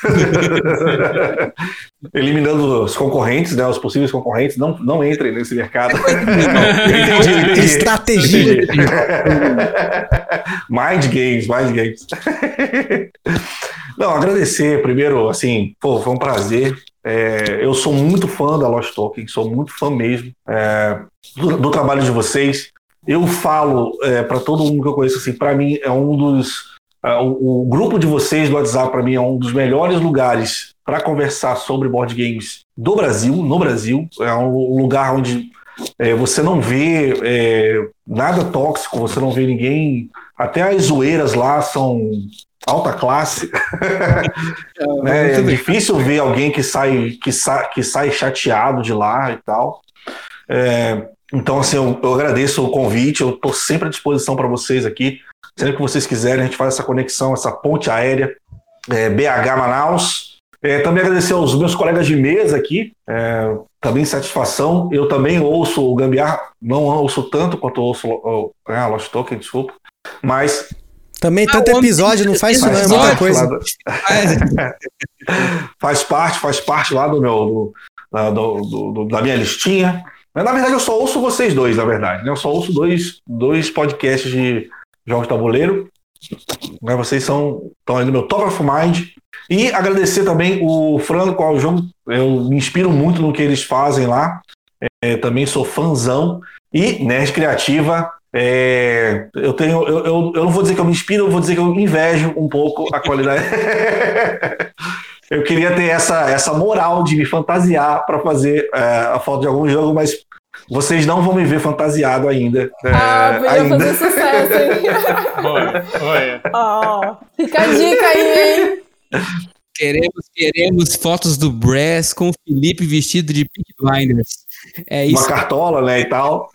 Eliminando os concorrentes, né, os possíveis concorrentes. Não, não entrem nesse mercado. Estratégia. Mind games, mind games. Não, agradecer primeiro, assim, pô, foi um prazer. É, eu sou muito fã da Lost Token, sou muito fã mesmo é, do, do trabalho de vocês. Eu falo é, para todo mundo que eu conheço, assim, para mim é um dos... Uh, o, o grupo de vocês do WhatsApp, para mim, é um dos melhores lugares para conversar sobre board games do Brasil, no Brasil. É um lugar onde é, você não vê é, nada tóxico, você não vê ninguém... Até as zoeiras lá são alta classe. É, né? É difícil ver alguém que sai, que, sa, que sai chateado de lá e tal. É, então, assim, eu, eu agradeço o convite, eu estou sempre à disposição para vocês aqui. Sempre que vocês quiserem, a gente faz essa conexão, essa ponte aérea, é, B H Manaus. É, também agradecer aos meus colegas de mesa aqui, é, também satisfação. Eu também ouço o Gambiarra, não ouço tanto quanto ouço o é, Lost Token, desculpa, mas... Também tanto ah, episódio, não faz isso não, é muita coisa. Do... faz parte, faz parte lá do meu, do, do, do, da minha listinha. Mas, na verdade, eu só ouço vocês dois, na verdade. Né? Eu só ouço dois, dois podcasts de jogos de tabuleiro. Mas vocês são, estão aí no meu top of mind. E agradecer também o Fran, qual jogo eu me inspiro muito no que eles fazem lá. É, também sou fãzão. E Nerd Criativa, é, eu tenho, eu, eu, eu não vou dizer que eu me inspiro, eu vou dizer que eu invejo um pouco a qualidade. Eu queria ter essa, essa moral de me fantasiar para fazer é, a foto de algum jogo, mas vocês não vão me ver fantasiado ainda. Ah, podia ainda. fazer sucesso, hein? Olha, olha. Oh, fica a dica aí, hein? Queremos, queremos fotos do Brass com o Felipe vestido de Peaky Blinders. É isso. Uma cartola, né, e tal.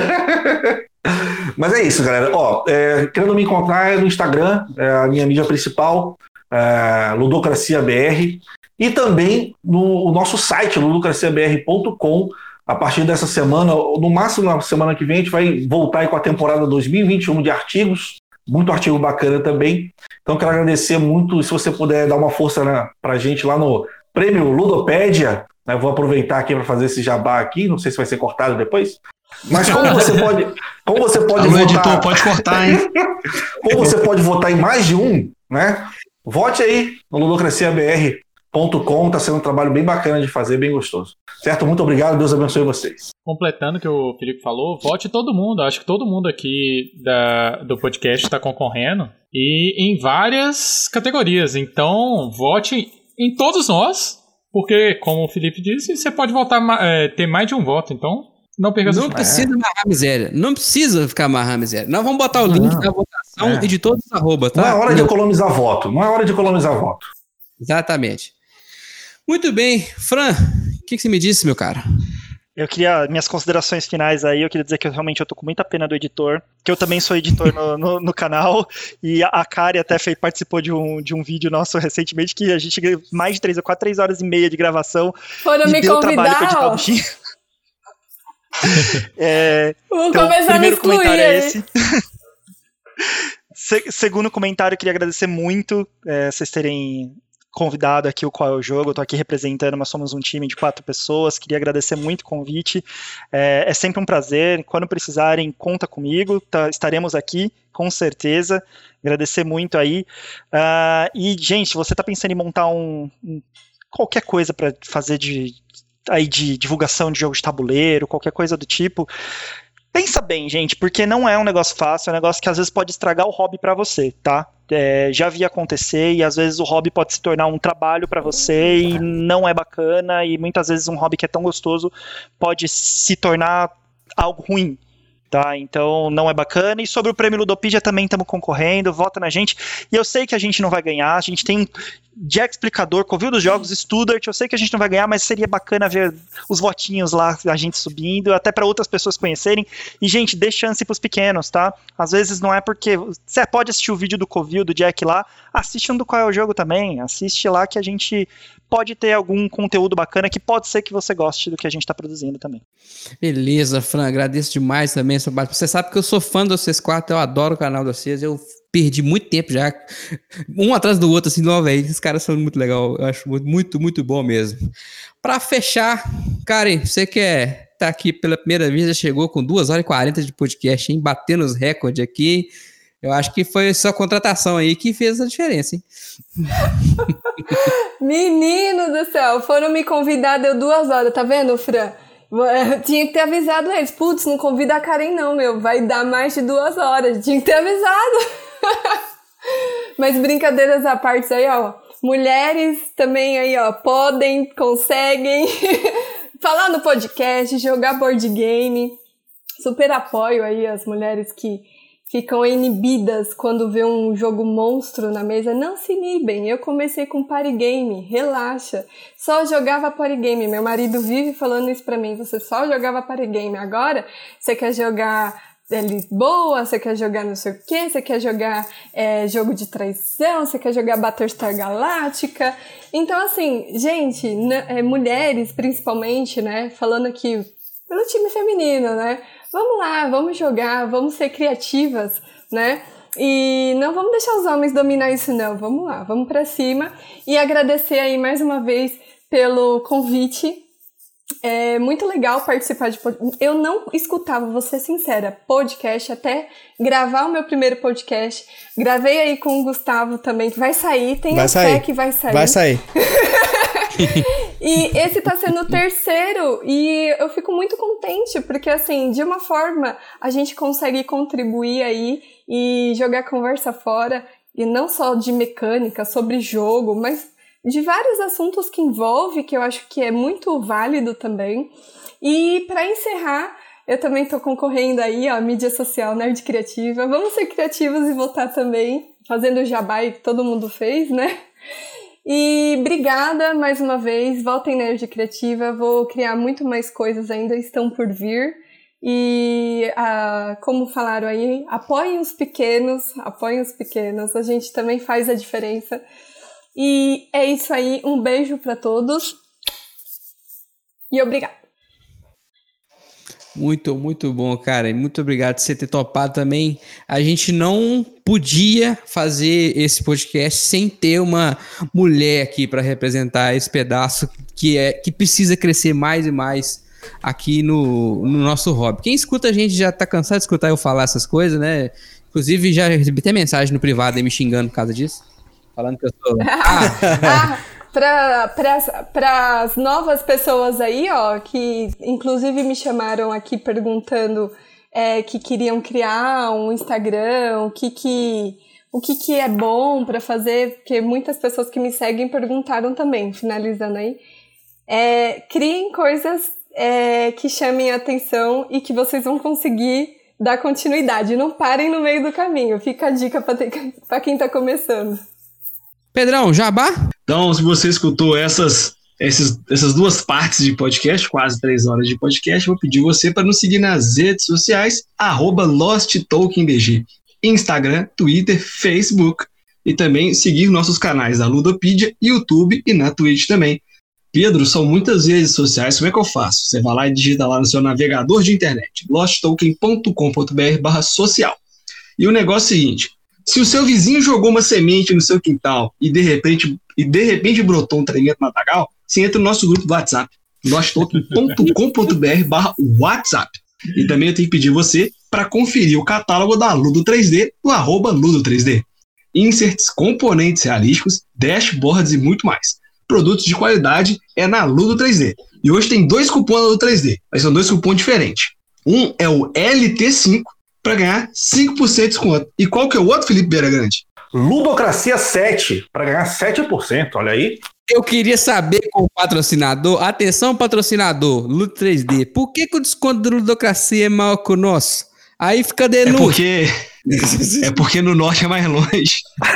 Mas é isso, galera. Ó, é, querendo me encontrar no Instagram, é a minha mídia principal, é, Ludocracia B R, e também no o nosso site, ludocracia b r ponto com. A partir dessa semana, no máximo na semana que vem, a gente vai voltar aí com a temporada dois mil e vinte e um de artigos, muito artigo bacana também. Então, quero agradecer muito, se você puder dar uma força, né, pra gente lá no Prêmio Ludopédia, né, vou aproveitar aqui para fazer esse jabá aqui, não sei se vai ser cortado depois, mas como você pode, como você pode Alô, votar... editor, pode cortar, hein? Como você pode votar em mais de um, né, vote aí no ludocracia b r ponto com, tá sendo um trabalho bem bacana de fazer, bem gostoso. Certo? Muito obrigado, Deus abençoe vocês. Completando o que o Felipe falou, vote todo mundo. Acho que todo mundo aqui da, do podcast está concorrendo. E em várias categorias. Então, vote em todos nós. Porque, como o Felipe disse, você pode votar, é, ter mais de um voto. Então, não perca Não precisa amarrar miséria. Não precisa ficar amarrar miséria. Nós vamos botar o link não. da votação é. e de todos os arroba, tá? Não é hora de economizar voto. Não é hora de economizar voto. Exatamente. Muito bem. Fran, o que, que você me disse, meu cara? Eu queria, minhas considerações finais aí, eu queria dizer que eu, realmente eu tô com muita pena do editor, que eu também sou editor no, no, no canal, e a, a Kari até fez, participou de um, de um vídeo nosso recentemente, que a gente mais de três ou quatro, três horas e meia de gravação. Foram e me deu convidar, trabalho pra editar ó. o bichinho. é, Vou então, começar a me primeiro excluir comentário é aí. esse. Se, segundo comentário, eu queria agradecer muito é, vocês terem convidado aqui o Qual é o Jogo. Eu tô aqui representando, nós somos um time de quatro pessoas, queria agradecer muito o convite, é, é sempre um prazer, quando precisarem, conta comigo, tá, estaremos aqui, com certeza, agradecer muito aí, uh, e gente, se você tá pensando em montar um, um qualquer coisa para fazer de, aí de divulgação de jogo de tabuleiro, qualquer coisa do tipo, pensa bem, gente, porque não é um negócio fácil, é um negócio que às vezes pode estragar o hobby para você, tá? É, já vi acontecer e às vezes o hobby pode se tornar um trabalho para você e não é bacana, e muitas vezes um hobby que é tão gostoso pode se tornar algo ruim, tá? Então não é bacana. E sobre o prêmio Ludopedia também estamos concorrendo, vota na gente, e eu sei que a gente não vai ganhar, a gente tem Jack Explicador, Covil dos Jogos, Studart, eu sei que a gente não vai ganhar, mas seria bacana ver os votinhos lá, a gente subindo, até para outras pessoas conhecerem. E, gente, dê chance pros pequenos, tá? Às vezes não é porque... Você pode assistir o vídeo do Covil, do Jack lá, assiste um do Qual é o Jogo também, assiste lá que a gente pode ter algum conteúdo bacana que pode ser que você goste do que a gente tá produzindo também. Beleza, Fran, agradeço demais também a sua parte. Você sabe que eu sou fã de vocês quatro, eu adoro o canal de vocês, eu perdi muito tempo já, um atrás do outro, assim, não, velho, esses caras são muito legal, eu acho muito, muito bom mesmo. Pra fechar, Karen, você que é, tá aqui pela primeira vez, já chegou com duas horas e quarenta de podcast, hein, batendo os recordes aqui, eu acho que foi sua contratação aí que fez a diferença, hein. Menino do céu, foram me convidar, deu duas horas, tá vendo, Fran? Tinha que ter avisado eles, putz, não convida a Karen não, meu, vai dar mais de duas horas, tinha que ter avisado. Mas brincadeiras à parte aí, ó, mulheres também aí, ó, podem, conseguem falar no podcast, jogar board game, super apoio aí as mulheres que ficam inibidas quando vê um jogo monstro na mesa. Não se inibem, eu comecei com party game, relaxa, só jogava party game, meu marido vive falando isso pra mim, você só jogava party game, agora você quer jogar é, Lisboa, você quer jogar não sei o que, você quer jogar é, jogo de traição, você quer jogar Battlestar Galactica. Então assim, gente, né, é, mulheres principalmente, né, falando aqui pelo time feminino, né, vamos lá, vamos jogar, vamos ser criativas, né? E não vamos deixar os homens dominar isso não, vamos lá, vamos pra cima. E agradecer aí mais uma vez pelo convite. É muito legal participar de podcast. Eu não escutava, vou ser sincera, podcast até gravar o meu primeiro podcast. Gravei aí com o Gustavo também, que vai sair, tem vai a sair. fé que vai sair. Vai sair. E esse tá sendo o terceiro e eu fico muito contente porque, assim, de uma forma a gente consegue contribuir aí e jogar conversa fora, e não só de mecânica, sobre jogo, mas de vários assuntos que envolve, que eu acho que é muito válido também. E para encerrar, eu também tô concorrendo aí, ó, mídia social, Nerd Criativa. Vamos ser criativos e votar também, fazendo o jabá que todo mundo fez, né? E obrigada mais uma vez, voltem na Energia Criativa, vou criar muito mais coisas ainda, estão por vir. E ah, como falaram aí, apoiem os pequenos, apoiem os pequenos, a gente também faz a diferença. E é isso aí, um beijo para todos e obrigado. Muito, muito bom, cara. E muito obrigado por você ter topado também. A gente não podia fazer esse podcast sem ter uma mulher aqui para representar esse pedaço que, é, que precisa crescer mais e mais aqui no, no nosso hobby. Quem escuta a gente já tá cansado de escutar eu falar essas coisas, né? Inclusive já recebi até mensagem no privado aí me xingando por causa disso. Falando que eu sou... Ah, ah para as novas pessoas aí, ó, que inclusive me chamaram aqui perguntando é, que queriam criar um Instagram, o que que, o que, que é bom para fazer, porque muitas pessoas que me seguem perguntaram também, finalizando aí. É, criem coisas é, que chamem a atenção e que vocês vão conseguir dar continuidade. Não parem no meio do caminho. Fica a dica para quem está começando. Pedrão, jabá? Então, se você escutou essas, essas, essas duas partes de podcast, quase três horas de podcast, vou pedir você para nos seguir nas redes sociais, arroba LostTolkienBG, Instagram, Twitter, Facebook, e também seguir nossos canais da Ludopedia, YouTube e na Twitch também. Pedro, são muitas redes sociais, como é que eu faço? Você vai lá e digita lá no seu navegador de internet, losttolkien ponto com ponto b r barra social. E o negócio é o seguinte, se o seu vizinho jogou uma semente no seu quintal e de repente, e de repente brotou um tremendo matagal, você entra no nosso grupo do WhatsApp, losttolkien ponto com ponto b r barra WhatsApp. E também eu tenho que pedir você para conferir o catálogo da Ludo três D no arroba Ludo três D. Inserts, componentes realísticos, dashboards e muito mais. Produtos de qualidade é na Ludo três D. E hoje tem dois cupons da Ludo três D, mas são dois cupons diferentes. Um é o L T cinco para ganhar cinco por cento de desconto. E qual que é o outro, Felipe Beira Grande? Ludocracia sete para ganhar sete por cento, olha aí. Eu queria saber com o patrocinador, atenção patrocinador, Ludo três D, por que, que o desconto do Ludocracia é maior que o nosso? Aí fica denúncia. É porque, é porque no norte é mais longe.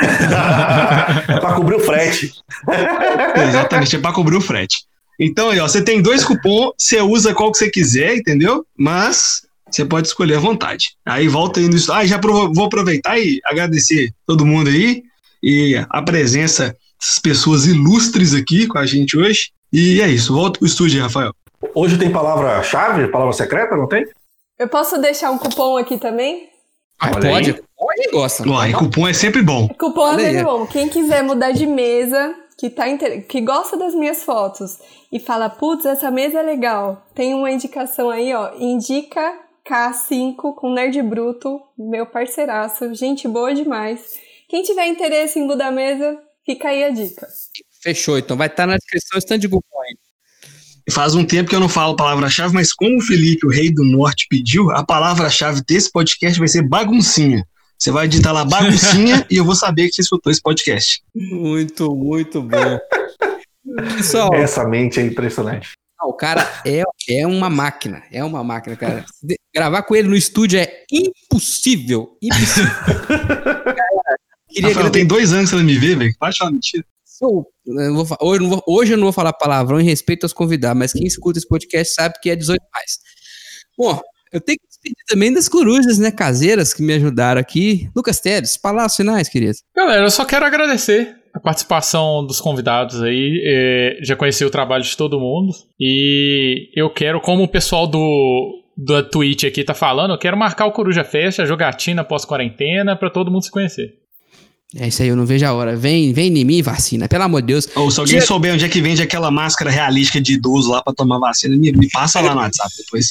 É para cobrir o frete. Exatamente, é para cobrir o frete. Então aí, ó, você tem dois cupons, você usa qual que você quiser, entendeu? Mas você pode escolher à vontade. Aí volta aí no... Ah, já vou aproveitar e agradecer todo mundo aí e a presença dessas pessoas ilustres aqui com a gente hoje. E é isso, volta pro estúdio, Rafael. Hoje tem palavra-chave, palavra secreta, não tem? Eu posso deixar um cupom aqui também? Ah, pode, pode, gosta. Uai, cupom é sempre bom. Cupom é sempre bom. Quem quiser mudar de mesa, que, tá inter... que gosta das minhas fotos e fala, putz, essa mesa é legal, tem uma indicação aí, ó, indica K cinco com Nerd Bruto, meu parceiraço, gente boa demais. Quem tiver interesse em mudar a mesa, fica aí a dica. Fechou, então vai estar na descrição o stand de cupom aí. Faz um tempo que eu não falo palavra-chave, mas como o Felipe, o rei do norte, pediu, a palavra-chave desse podcast vai ser baguncinha. Você vai digitar lá baguncinha e eu vou saber que você escutou esse podcast. Muito, muito bom. Pessoal, essa mente é impressionante. O cara é, é uma máquina, é uma máquina, cara. De, gravar com ele no estúdio é impossível, impossível. Cara, queria Rafael, tem dois anos que você não me vê, velho. Pode falar mentira. Eu não vou, hoje, eu não vou, hoje eu não vou falar palavrão em respeito aos convidados, mas quem escuta esse podcast sabe que é dezoito mais. Bom, eu tenho que despedir também das corujas, né, caseiras que me ajudaram aqui. Lucas Teres, palavras finais, querido. Galera, eu só quero agradecer a participação dos convidados aí. É, já conheci o trabalho de todo mundo e eu quero, como o pessoal do da Twitch aqui tá falando, eu quero marcar o Coruja Fest, a jogatina pós-quarentena, pra todo mundo se conhecer. É isso aí, eu não vejo a hora. Vem, vem em mim vacina, pelo amor de Deus. Ou se alguém Tira... souber onde é que vende aquela máscara realística de idoso lá pra tomar vacina, me, me passa lá no WhatsApp depois.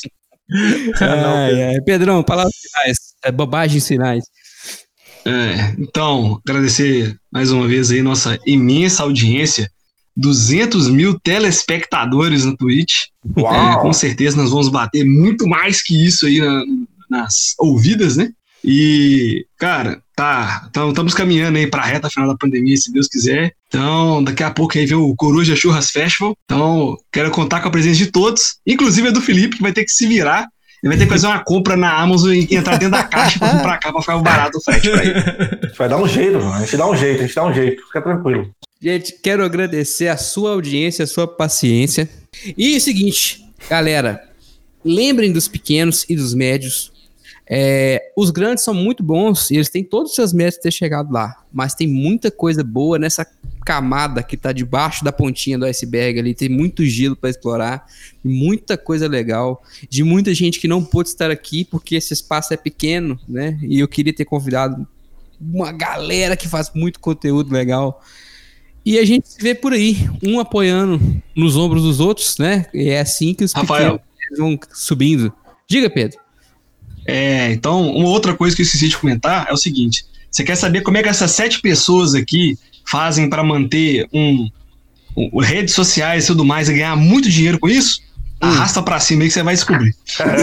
Ai, ai. Pedrão, palavras finais, é, bobagens finais. É, então, agradecer mais uma vez aí nossa imensa audiência, duzentos mil telespectadores no Twitch. É, com certeza nós vamos bater muito mais que isso aí na, nas ouvidas, né? E, cara, tá, então estamos caminhando aí pra reta final da pandemia, se Deus quiser. Então, daqui a pouco aí vem o Coruja Churras Festival. Então, quero contar com a presença de todos, inclusive a do Felipe, que vai ter que se virar. Ele vai ter que fazer uma compra na Amazon e entrar dentro da caixa pra vir pra cá pra ficar barato o frete pra ele. Vai dar um jeito, mano. A gente dá um jeito, a gente dá um jeito. Fica tranquilo. Gente, quero agradecer a sua audiência, a sua paciência. E é o seguinte, galera, lembrem dos pequenos e dos médios. É, os grandes são muito bons e eles têm todos os seus méritos de ter chegado lá, mas tem muita coisa boa nessa camada que tá debaixo da pontinha do iceberg ali, tem muito gelo para explorar, muita coisa legal, de muita gente que não pôde estar aqui porque esse espaço é pequeno, né? E eu queria ter convidado uma galera que faz muito conteúdo legal. E a gente se vê por aí, um apoiando nos ombros dos outros, né? E é assim que os Rafael. pequenos vão subindo. Diga, Pedro. É, então, uma outra coisa que eu esqueci de comentar é o seguinte: você quer saber como é que essas sete pessoas aqui fazem para manter um, um redes sociais e tudo mais e ganhar muito dinheiro com isso? Hum. Arrasta pra cima aí que você vai descobrir.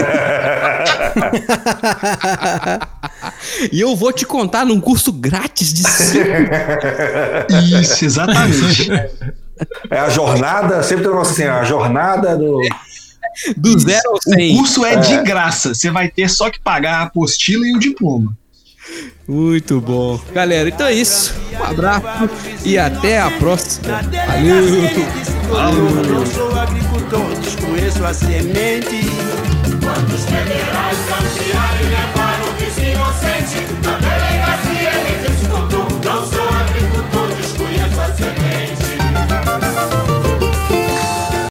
E eu vou te contar num curso grátis de cinco. Isso, exatamente. É a jornada, sempre tem um negócio assim, a jornada do... Do zero ao cem. O curso é, é de graça, você vai ter só que pagar a apostila e o diploma. Muito bom. Galera, então é isso. Um abraço e até a próxima. Valeu. Eu não sou agricultor, desconheço a semente. Quantos federais campearem a